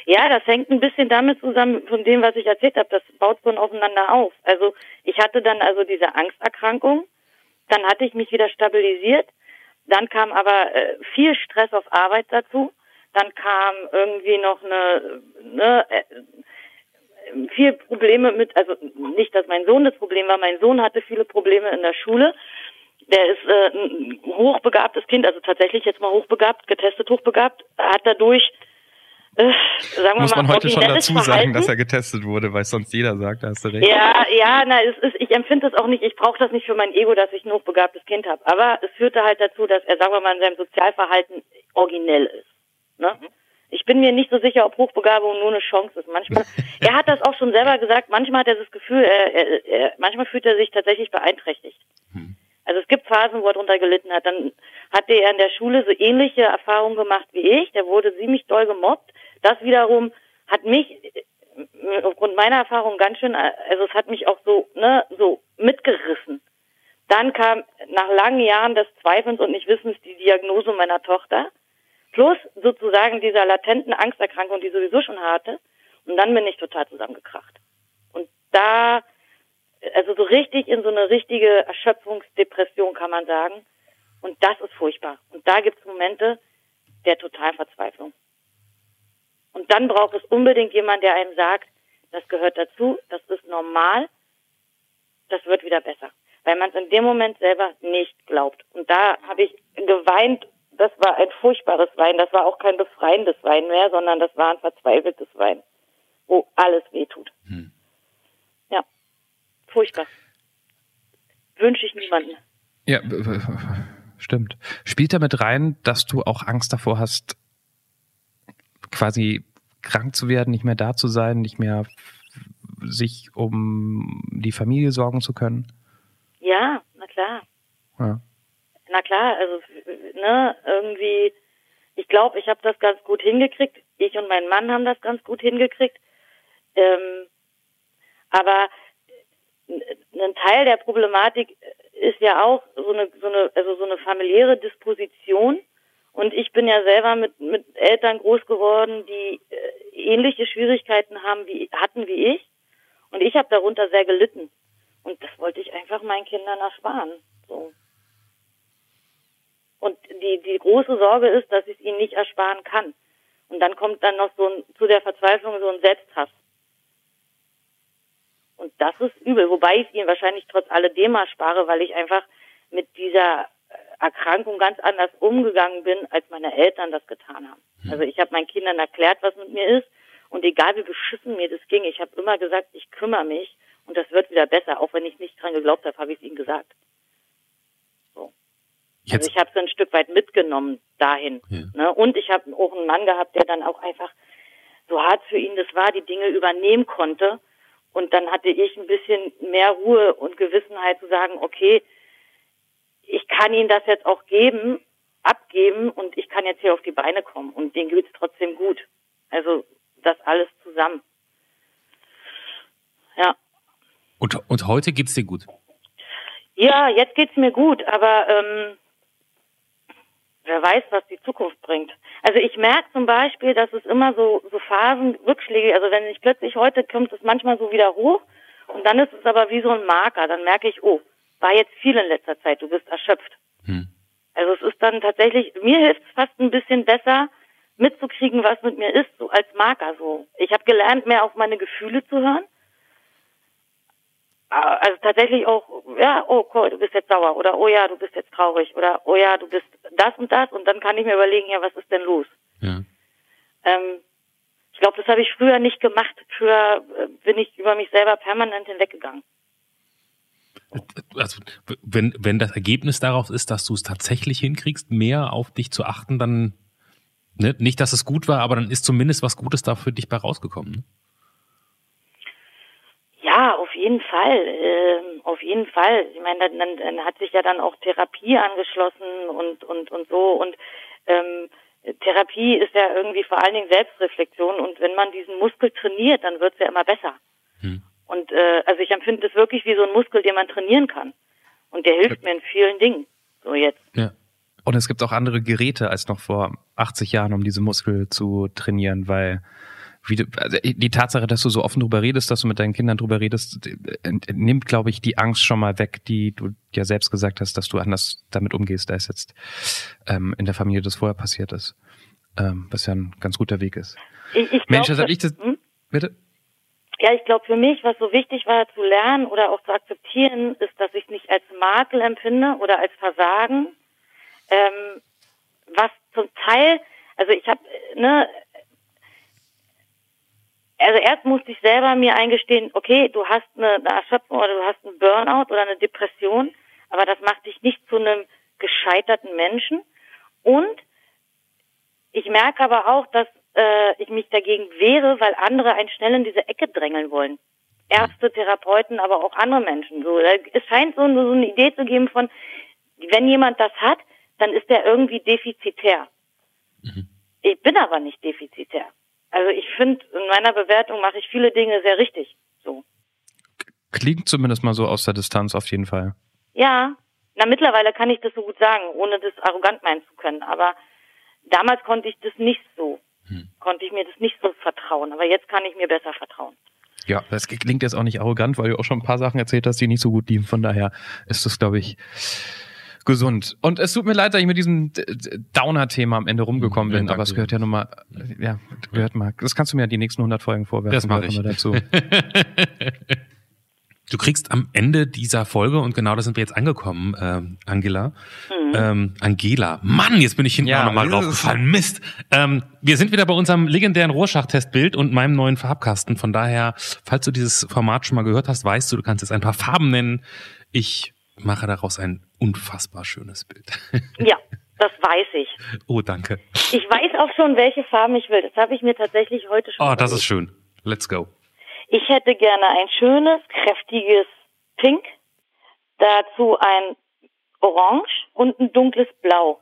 Ja, das hängt ein bisschen damit zusammen, von dem, was ich erzählt habe. Das baut so aufeinander auf. Also ich hatte dann also diese Angsterkrankung, dann hatte ich mich wieder stabilisiert, dann kam aber äh, viel Stress auf Arbeit dazu, dann kam irgendwie noch eine, eine äh, viel Probleme mit, also nicht, dass mein Sohn das Problem war, mein Sohn hatte viele Probleme in der Schule. Der ist äh, ein hochbegabtes Kind, also tatsächlich jetzt mal hochbegabt, getestet hochbegabt, hat dadurch, äh, sagen wir Muss mal, man heute schon dazu Verhalten. sagen, dass er getestet wurde, weil sonst jeder sagt, da hast du recht. Ja, ja, na, es ist, ich empfinde das auch nicht, ich brauche das nicht für mein Ego, dass ich ein hochbegabtes Kind habe. Aber es führte halt dazu, dass er, sagen wir mal, in seinem Sozialverhalten originell ist. Ne? Mhm. Ich bin mir nicht so sicher, ob Hochbegabung nur eine Chance ist. Manchmal, er hat das auch schon selber gesagt, manchmal hat er das Gefühl, er, er, er, manchmal fühlt er sich tatsächlich beeinträchtigt. Mhm. Also es gibt Phasen, wo er darunter gelitten hat. Dann hatte er in der Schule so ähnliche Erfahrungen gemacht wie ich. Der wurde ziemlich doll gemobbt. Das wiederum hat mich aufgrund meiner Erfahrung ganz schön, also es hat mich auch so, ne, so mitgerissen. Dann kam nach langen Jahren des Zweifelns und Nichtwissens die Diagnose meiner Tochter. Plus sozusagen dieser latenten Angsterkrankung, die ich sowieso schon hatte. Und dann bin ich total zusammengekracht. Und da, also so richtig in so eine richtige Erschöpfungsdepression kann man sagen. Und das ist furchtbar. Und da gibt es Momente der totalen Verzweiflung. Und dann braucht es unbedingt jemand, der einem sagt, das gehört dazu, das ist normal, das wird wieder besser. Weil man es in dem Moment selber nicht glaubt. Und da habe ich geweint, das war ein furchtbares Weinen, das war auch kein befreiendes Weinen mehr, sondern das war ein verzweifeltes Weinen, wo alles wehtut. Hm. Ja, furchtbar. Wünsche ich niemanden. Ja, stimmt. Spielt damit rein, dass du auch Angst davor hast, quasi krank zu werden, nicht mehr da zu sein, nicht mehr sich um die Familie sorgen zu können? Ja, na klar. Ja. Na klar, also ne, irgendwie, ich glaube, ich habe das ganz gut hingekriegt. Ich und mein Mann haben das ganz gut hingekriegt. Ähm, aber ein Teil der Problematik ist ja auch so eine, so eine, also so eine familiäre Disposition. Und ich bin ja selber mit, mit Eltern groß geworden, die äh, ähnliche Schwierigkeiten haben wie, hatten wie ich. Und ich habe darunter sehr gelitten. Und das wollte ich einfach meinen Kindern ersparen. So. Und die, die große Sorge ist, dass ich es ihnen nicht ersparen kann. Und dann kommt dann noch so ein, zu der Verzweiflung so ein Selbsthass. Und das ist übel, wobei ich es ihnen wahrscheinlich trotz alledem erspare, weil ich einfach mit dieser Erkrankung ganz anders umgegangen bin, als meine Eltern das getan haben. Also ich habe meinen Kindern erklärt, was mit mir ist, und egal wie beschissen mir das ging, ich habe immer gesagt, ich kümmere mich und das wird wieder besser. Auch wenn ich nicht dran geglaubt habe, habe ich es ihnen gesagt. So. Also ich habe es ein Stück weit mitgenommen dahin. Ja. Ne? Und ich habe auch einen Mann gehabt, der dann auch einfach, so hart für ihn das war, die Dinge übernehmen konnte. Und dann hatte ich ein bisschen mehr Ruhe und Gewissenheit zu sagen, okay, ich kann Ihnen das jetzt auch geben, abgeben, und ich kann jetzt hier auf die Beine kommen. Und denen geht's trotzdem gut. Also das alles zusammen. Ja. Und, und heute geht's dir gut? Ja, jetzt geht's mir gut, aber ähm, wer weiß, was die Zukunft bringt. Also ich merke zum Beispiel, dass es immer so, so Phasen, Rückschläge, also wenn ich plötzlich, heute kommt es manchmal so wieder hoch, und dann ist es aber wie so ein Marker. Dann merke ich, oh, war jetzt viel in letzter Zeit, du bist erschöpft. Hm. Also es ist dann tatsächlich, mir hilft es fast ein bisschen besser, mitzukriegen, was mit mir ist, so als Marker so. Ich habe gelernt, mehr auf meine Gefühle zu hören. Also tatsächlich auch, ja, oh cool, du bist jetzt sauer, oder oh ja, du bist jetzt traurig, oder oh ja, du bist das und das, und dann kann ich mir überlegen, ja, was ist denn los? Ja. Ähm, ich glaube, das habe ich früher nicht gemacht. Früher äh, bin ich über mich selber permanent hinweggegangen. Also wenn wenn das Ergebnis daraus ist, dass du es tatsächlich hinkriegst, mehr auf dich zu achten, dann, ne, nicht, dass es gut war, aber dann ist zumindest was Gutes da für dich bei rausgekommen. Ne? Ja, auf jeden Fall, äh, auf jeden Fall. Ich meine, dann, dann, dann hat sich ja dann auch Therapie angeschlossen und und und so, und ähm, Therapie ist ja irgendwie vor allen Dingen Selbstreflexion, und wenn man diesen Muskel trainiert, dann wird's ja immer besser. Hm. Und äh, also ich empfinde das wirklich wie so ein Muskel, den man trainieren kann. Und der hilft mir in vielen Dingen. So jetzt. Ja. Und es gibt auch andere Geräte als noch vor achtzig Jahren, um diese Muskel zu trainieren, weil wie du, also die Tatsache, dass du so offen drüber redest, dass du mit deinen Kindern drüber redest, nimmt, glaube ich, die Angst schon mal weg, die du ja selbst gesagt hast, dass du anders damit umgehst, als jetzt ähm, in der Familie das vorher passiert ist. Ähm, was ja ein ganz guter Weg ist. Ich, ich Mensch, glaub, das hab ich das. hm? Bitte? Ja, ich glaube, für mich, was so wichtig war zu lernen oder auch zu akzeptieren, ist, dass ich es nicht als Makel empfinde oder als Versagen. Ähm, was zum Teil, also ich habe, ne, also erst musste ich selber mir eingestehen, okay, du hast eine, eine Erschöpfung oder du hast einen Burnout oder eine Depression, aber das macht dich nicht zu einem gescheiterten Menschen. Und ich merke aber auch, dass äh, ich mich dagegen wehre, weil andere einen schnell in diese Ecke drängeln wollen. Ärzte, Therapeuten, aber auch andere Menschen. So, es scheint so, so eine Idee zu geben von, wenn jemand das hat, dann ist der irgendwie defizitär. Mhm. Ich bin aber nicht defizitär. Also ich finde, in meiner Bewertung mache ich viele Dinge sehr richtig. So. Klingt zumindest mal so aus der Distanz auf jeden Fall. Ja, na mittlerweile kann ich das so gut sagen, ohne das arrogant meinen zu können. Aber damals konnte ich das nicht so. Hm. Konnte ich mir das nicht so vertrauen. Aber jetzt kann ich mir besser vertrauen. Ja, das klingt jetzt auch nicht arrogant, weil du auch schon ein paar Sachen erzählt hast, die nicht so gut liefen. Von daher ist das, glaube ich, gesund. Und es tut mir leid, dass ich mit diesem Downer-Thema am Ende rumgekommen bin, ja, aber es gehört ja nun mal, ja, gehört mal. Das kannst du mir ja die nächsten hundert Folgen vorwerfen. Das mache ich. Dazu. Du kriegst am Ende dieser Folge, und genau da sind wir jetzt angekommen, ähm, Angela, mhm. ähm, Angela, Mann, jetzt bin ich hinten ja, auch nochmal draufgefallen, Mist. Ähm, wir sind wieder bei unserem legendären Rorschach-Testbild und meinem neuen Farbkasten, von daher, falls du dieses Format schon mal gehört hast, weißt du, du kannst jetzt ein paar Farben nennen. Ich mache daraus ein unfassbar schönes Bild. Ja, das weiß ich. Oh, danke. Ich weiß auch schon, welche Farben ich will. Das habe ich mir tatsächlich heute schon Oh, das ist schön. Let's go. Ich hätte gerne ein schönes, kräftiges Pink, dazu ein Orange und ein dunkles Blau.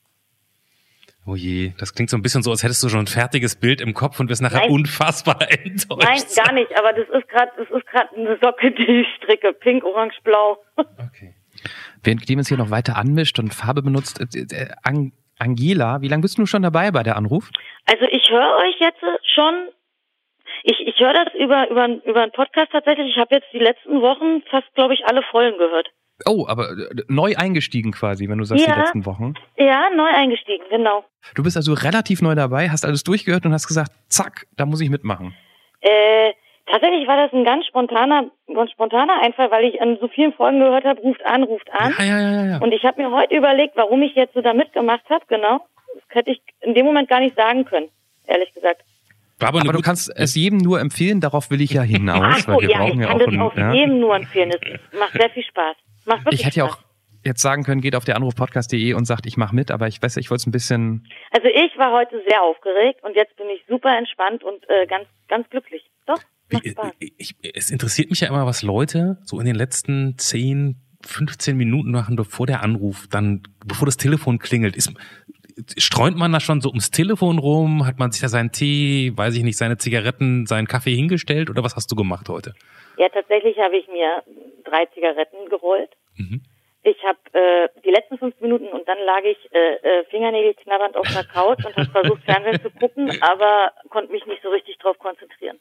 Oh je, das klingt so ein bisschen so, als hättest du schon ein fertiges Bild im Kopf und wirst nachher Nein. unfassbar enttäuscht. Nein, gar nicht, aber das ist gerade das ist gerade eine Socke, die ich stricke. Pink, Orange, Blau. Okay. Während Clemens hier noch weiter anmischt und Farbe benutzt, äh, äh, Ang- Angela, wie lange bist du schon dabei bei der Anruf? Also ich höre euch jetzt schon, ich ich höre das über über über einen Podcast tatsächlich. Ich habe jetzt die letzten Wochen fast, glaube ich, alle Folgen gehört. Oh, aber neu eingestiegen quasi, wenn du sagst, ja, die letzten Wochen. Ja, neu eingestiegen, genau. Du bist also relativ neu dabei, hast alles durchgehört und hast gesagt, zack, da muss ich mitmachen. Äh, tatsächlich war das ein ganz spontaner, ganz spontaner Einfall, weil ich an so vielen Folgen gehört habe, ruft an, ruft an. Ja, ja, ja, ja. Und ich habe mir heute überlegt, warum ich jetzt so da mitgemacht habe, genau. Das hätte ich in dem Moment gar nicht sagen können, ehrlich gesagt. Aber, aber du kannst es jedem nur empfehlen, darauf will ich ja hinaus. Ach so, weil wir ja, brauchen ich ja kann auch das ein, auf ja. jedem nur empfehlen. Es macht sehr viel Spaß. Macht wirklich ich hätte ja Spaß. auch jetzt sagen können, geht auf der anrufpodcast punkt de und sagt, ich mache mit, aber ich weiß, ich wollte es ein bisschen... Also ich war heute sehr aufgeregt und jetzt bin ich super entspannt und äh, ganz ganz glücklich. Doch, macht Spaß. Ich, ich, es interessiert mich ja immer, was Leute so in den letzten zehn, fünfzehn Minuten machen, bevor der Anruf, dann, bevor das Telefon klingelt. Ist, streunt man da schon so ums Telefon rum? Hat man sich da seinen Tee, weiß ich nicht, seine Zigaretten, seinen Kaffee hingestellt? Oder was hast du gemacht heute? Ja, tatsächlich habe ich mir drei Zigaretten gerollt. Mhm. Ich habe äh, die letzten fünf Minuten und dann lag ich äh, äh, Fingernägel knabbernd auf der Couch und habe versucht, Fernsehen zu gucken, aber konnte mich nicht so richtig drauf konzentrieren.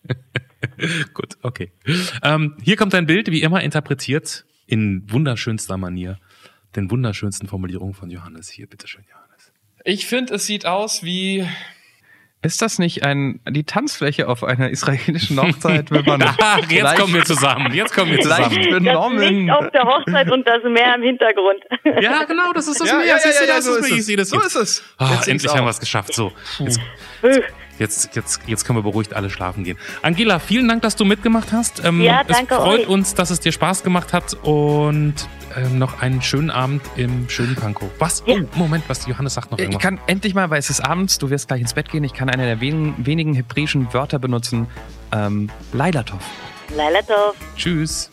Gut, okay. Ähm, hier kommt ein Bild, wie immer interpretiert, in wunderschönster Manier, den wunderschönsten Formulierungen von Johannes. Hier, bitteschön, Johannes. Ich finde, es sieht aus wie... Ist das nicht ein die Tanzfläche auf einer israelischen Hochzeit? Wenn man Ach, jetzt kommen wir zusammen. Jetzt kommen wir zusammen. Leicht benommen. Das Licht auf der Hochzeit und das Meer im Hintergrund. Ja, genau, das ist das ja, Meer. Ja, ja, Siehst du ja, das? ja, so ist ist es. Das so ist es. Oh, jetzt endlich haben wir es geschafft. So, jetzt, jetzt, jetzt, jetzt können wir beruhigt alle schlafen gehen. Angela, vielen Dank, dass du mitgemacht hast. Ähm, ja, danke Es freut euch. uns, dass es dir Spaß gemacht hat und ähm, noch einen schönen Abend im schönen Pankow. Was? Ja. Oh, Moment, was Johannes sagt noch Ich irgendwas. kann endlich mal, weil es ist abends, du wirst gleich ins Bett gehen, ich kann eine der wenigen, wenigen hebräischen Wörter benutzen. Ähm, Leilatov. Leilatov. Tschüss.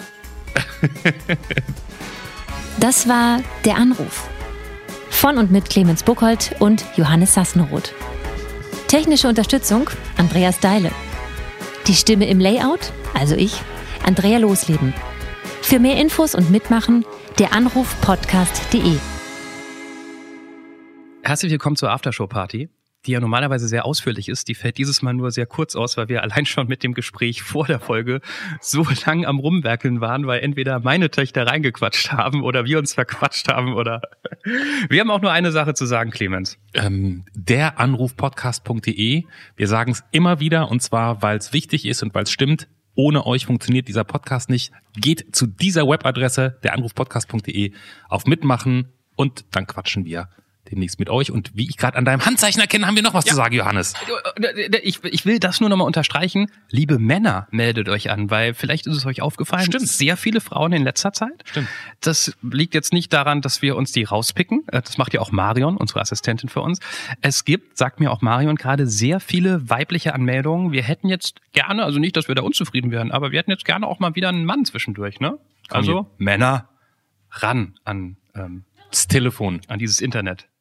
Das war Der Anruf. Von und mit Clemens Buchholz und Johannes Sassenroth. Technische Unterstützung Andreas Deile. Die Stimme im Layout, also ich, Andrea Losleben. Für mehr Infos und Mitmachen der Anruf podcast punkt de. Herzlich willkommen zur Aftershow-Party. die ja normalerweise sehr ausführlich ist, die fällt dieses Mal nur sehr kurz aus, weil wir allein schon mit dem Gespräch vor der Folge so lang am Rumwerkeln waren, weil entweder meine Töchter reingequatscht haben oder wir uns verquatscht haben oder wir haben auch nur eine Sache zu sagen, Clemens. Ähm, der Anruf Podcast punkt de. Wir sagen es immer wieder und zwar, weil es wichtig ist und weil es stimmt. Ohne euch funktioniert dieser Podcast nicht. Geht zu dieser Webadresse, der Anruf Podcast punkt de, auf Mitmachen und dann quatschen wir demnächst mit euch. Und wie ich gerade an deinem Handzeichen erkenne, haben wir noch was ja. zu sagen, Johannes. Ich, ich will das nur nochmal unterstreichen. Liebe Männer, meldet euch an, weil vielleicht ist es euch aufgefallen, Stimmt. sehr viele Frauen in letzter Zeit. Stimmt. Das liegt jetzt nicht daran, dass wir uns die rauspicken. Das macht ja auch Marion, unsere Assistentin für uns. Es gibt, sagt mir auch Marion, gerade sehr viele weibliche Anmeldungen. Wir hätten jetzt gerne, also nicht, dass wir da unzufrieden wären, aber wir hätten jetzt gerne auch mal wieder einen Mann zwischendurch, ne? Also Männer ran an ähm, das Telefon, an dieses Internet.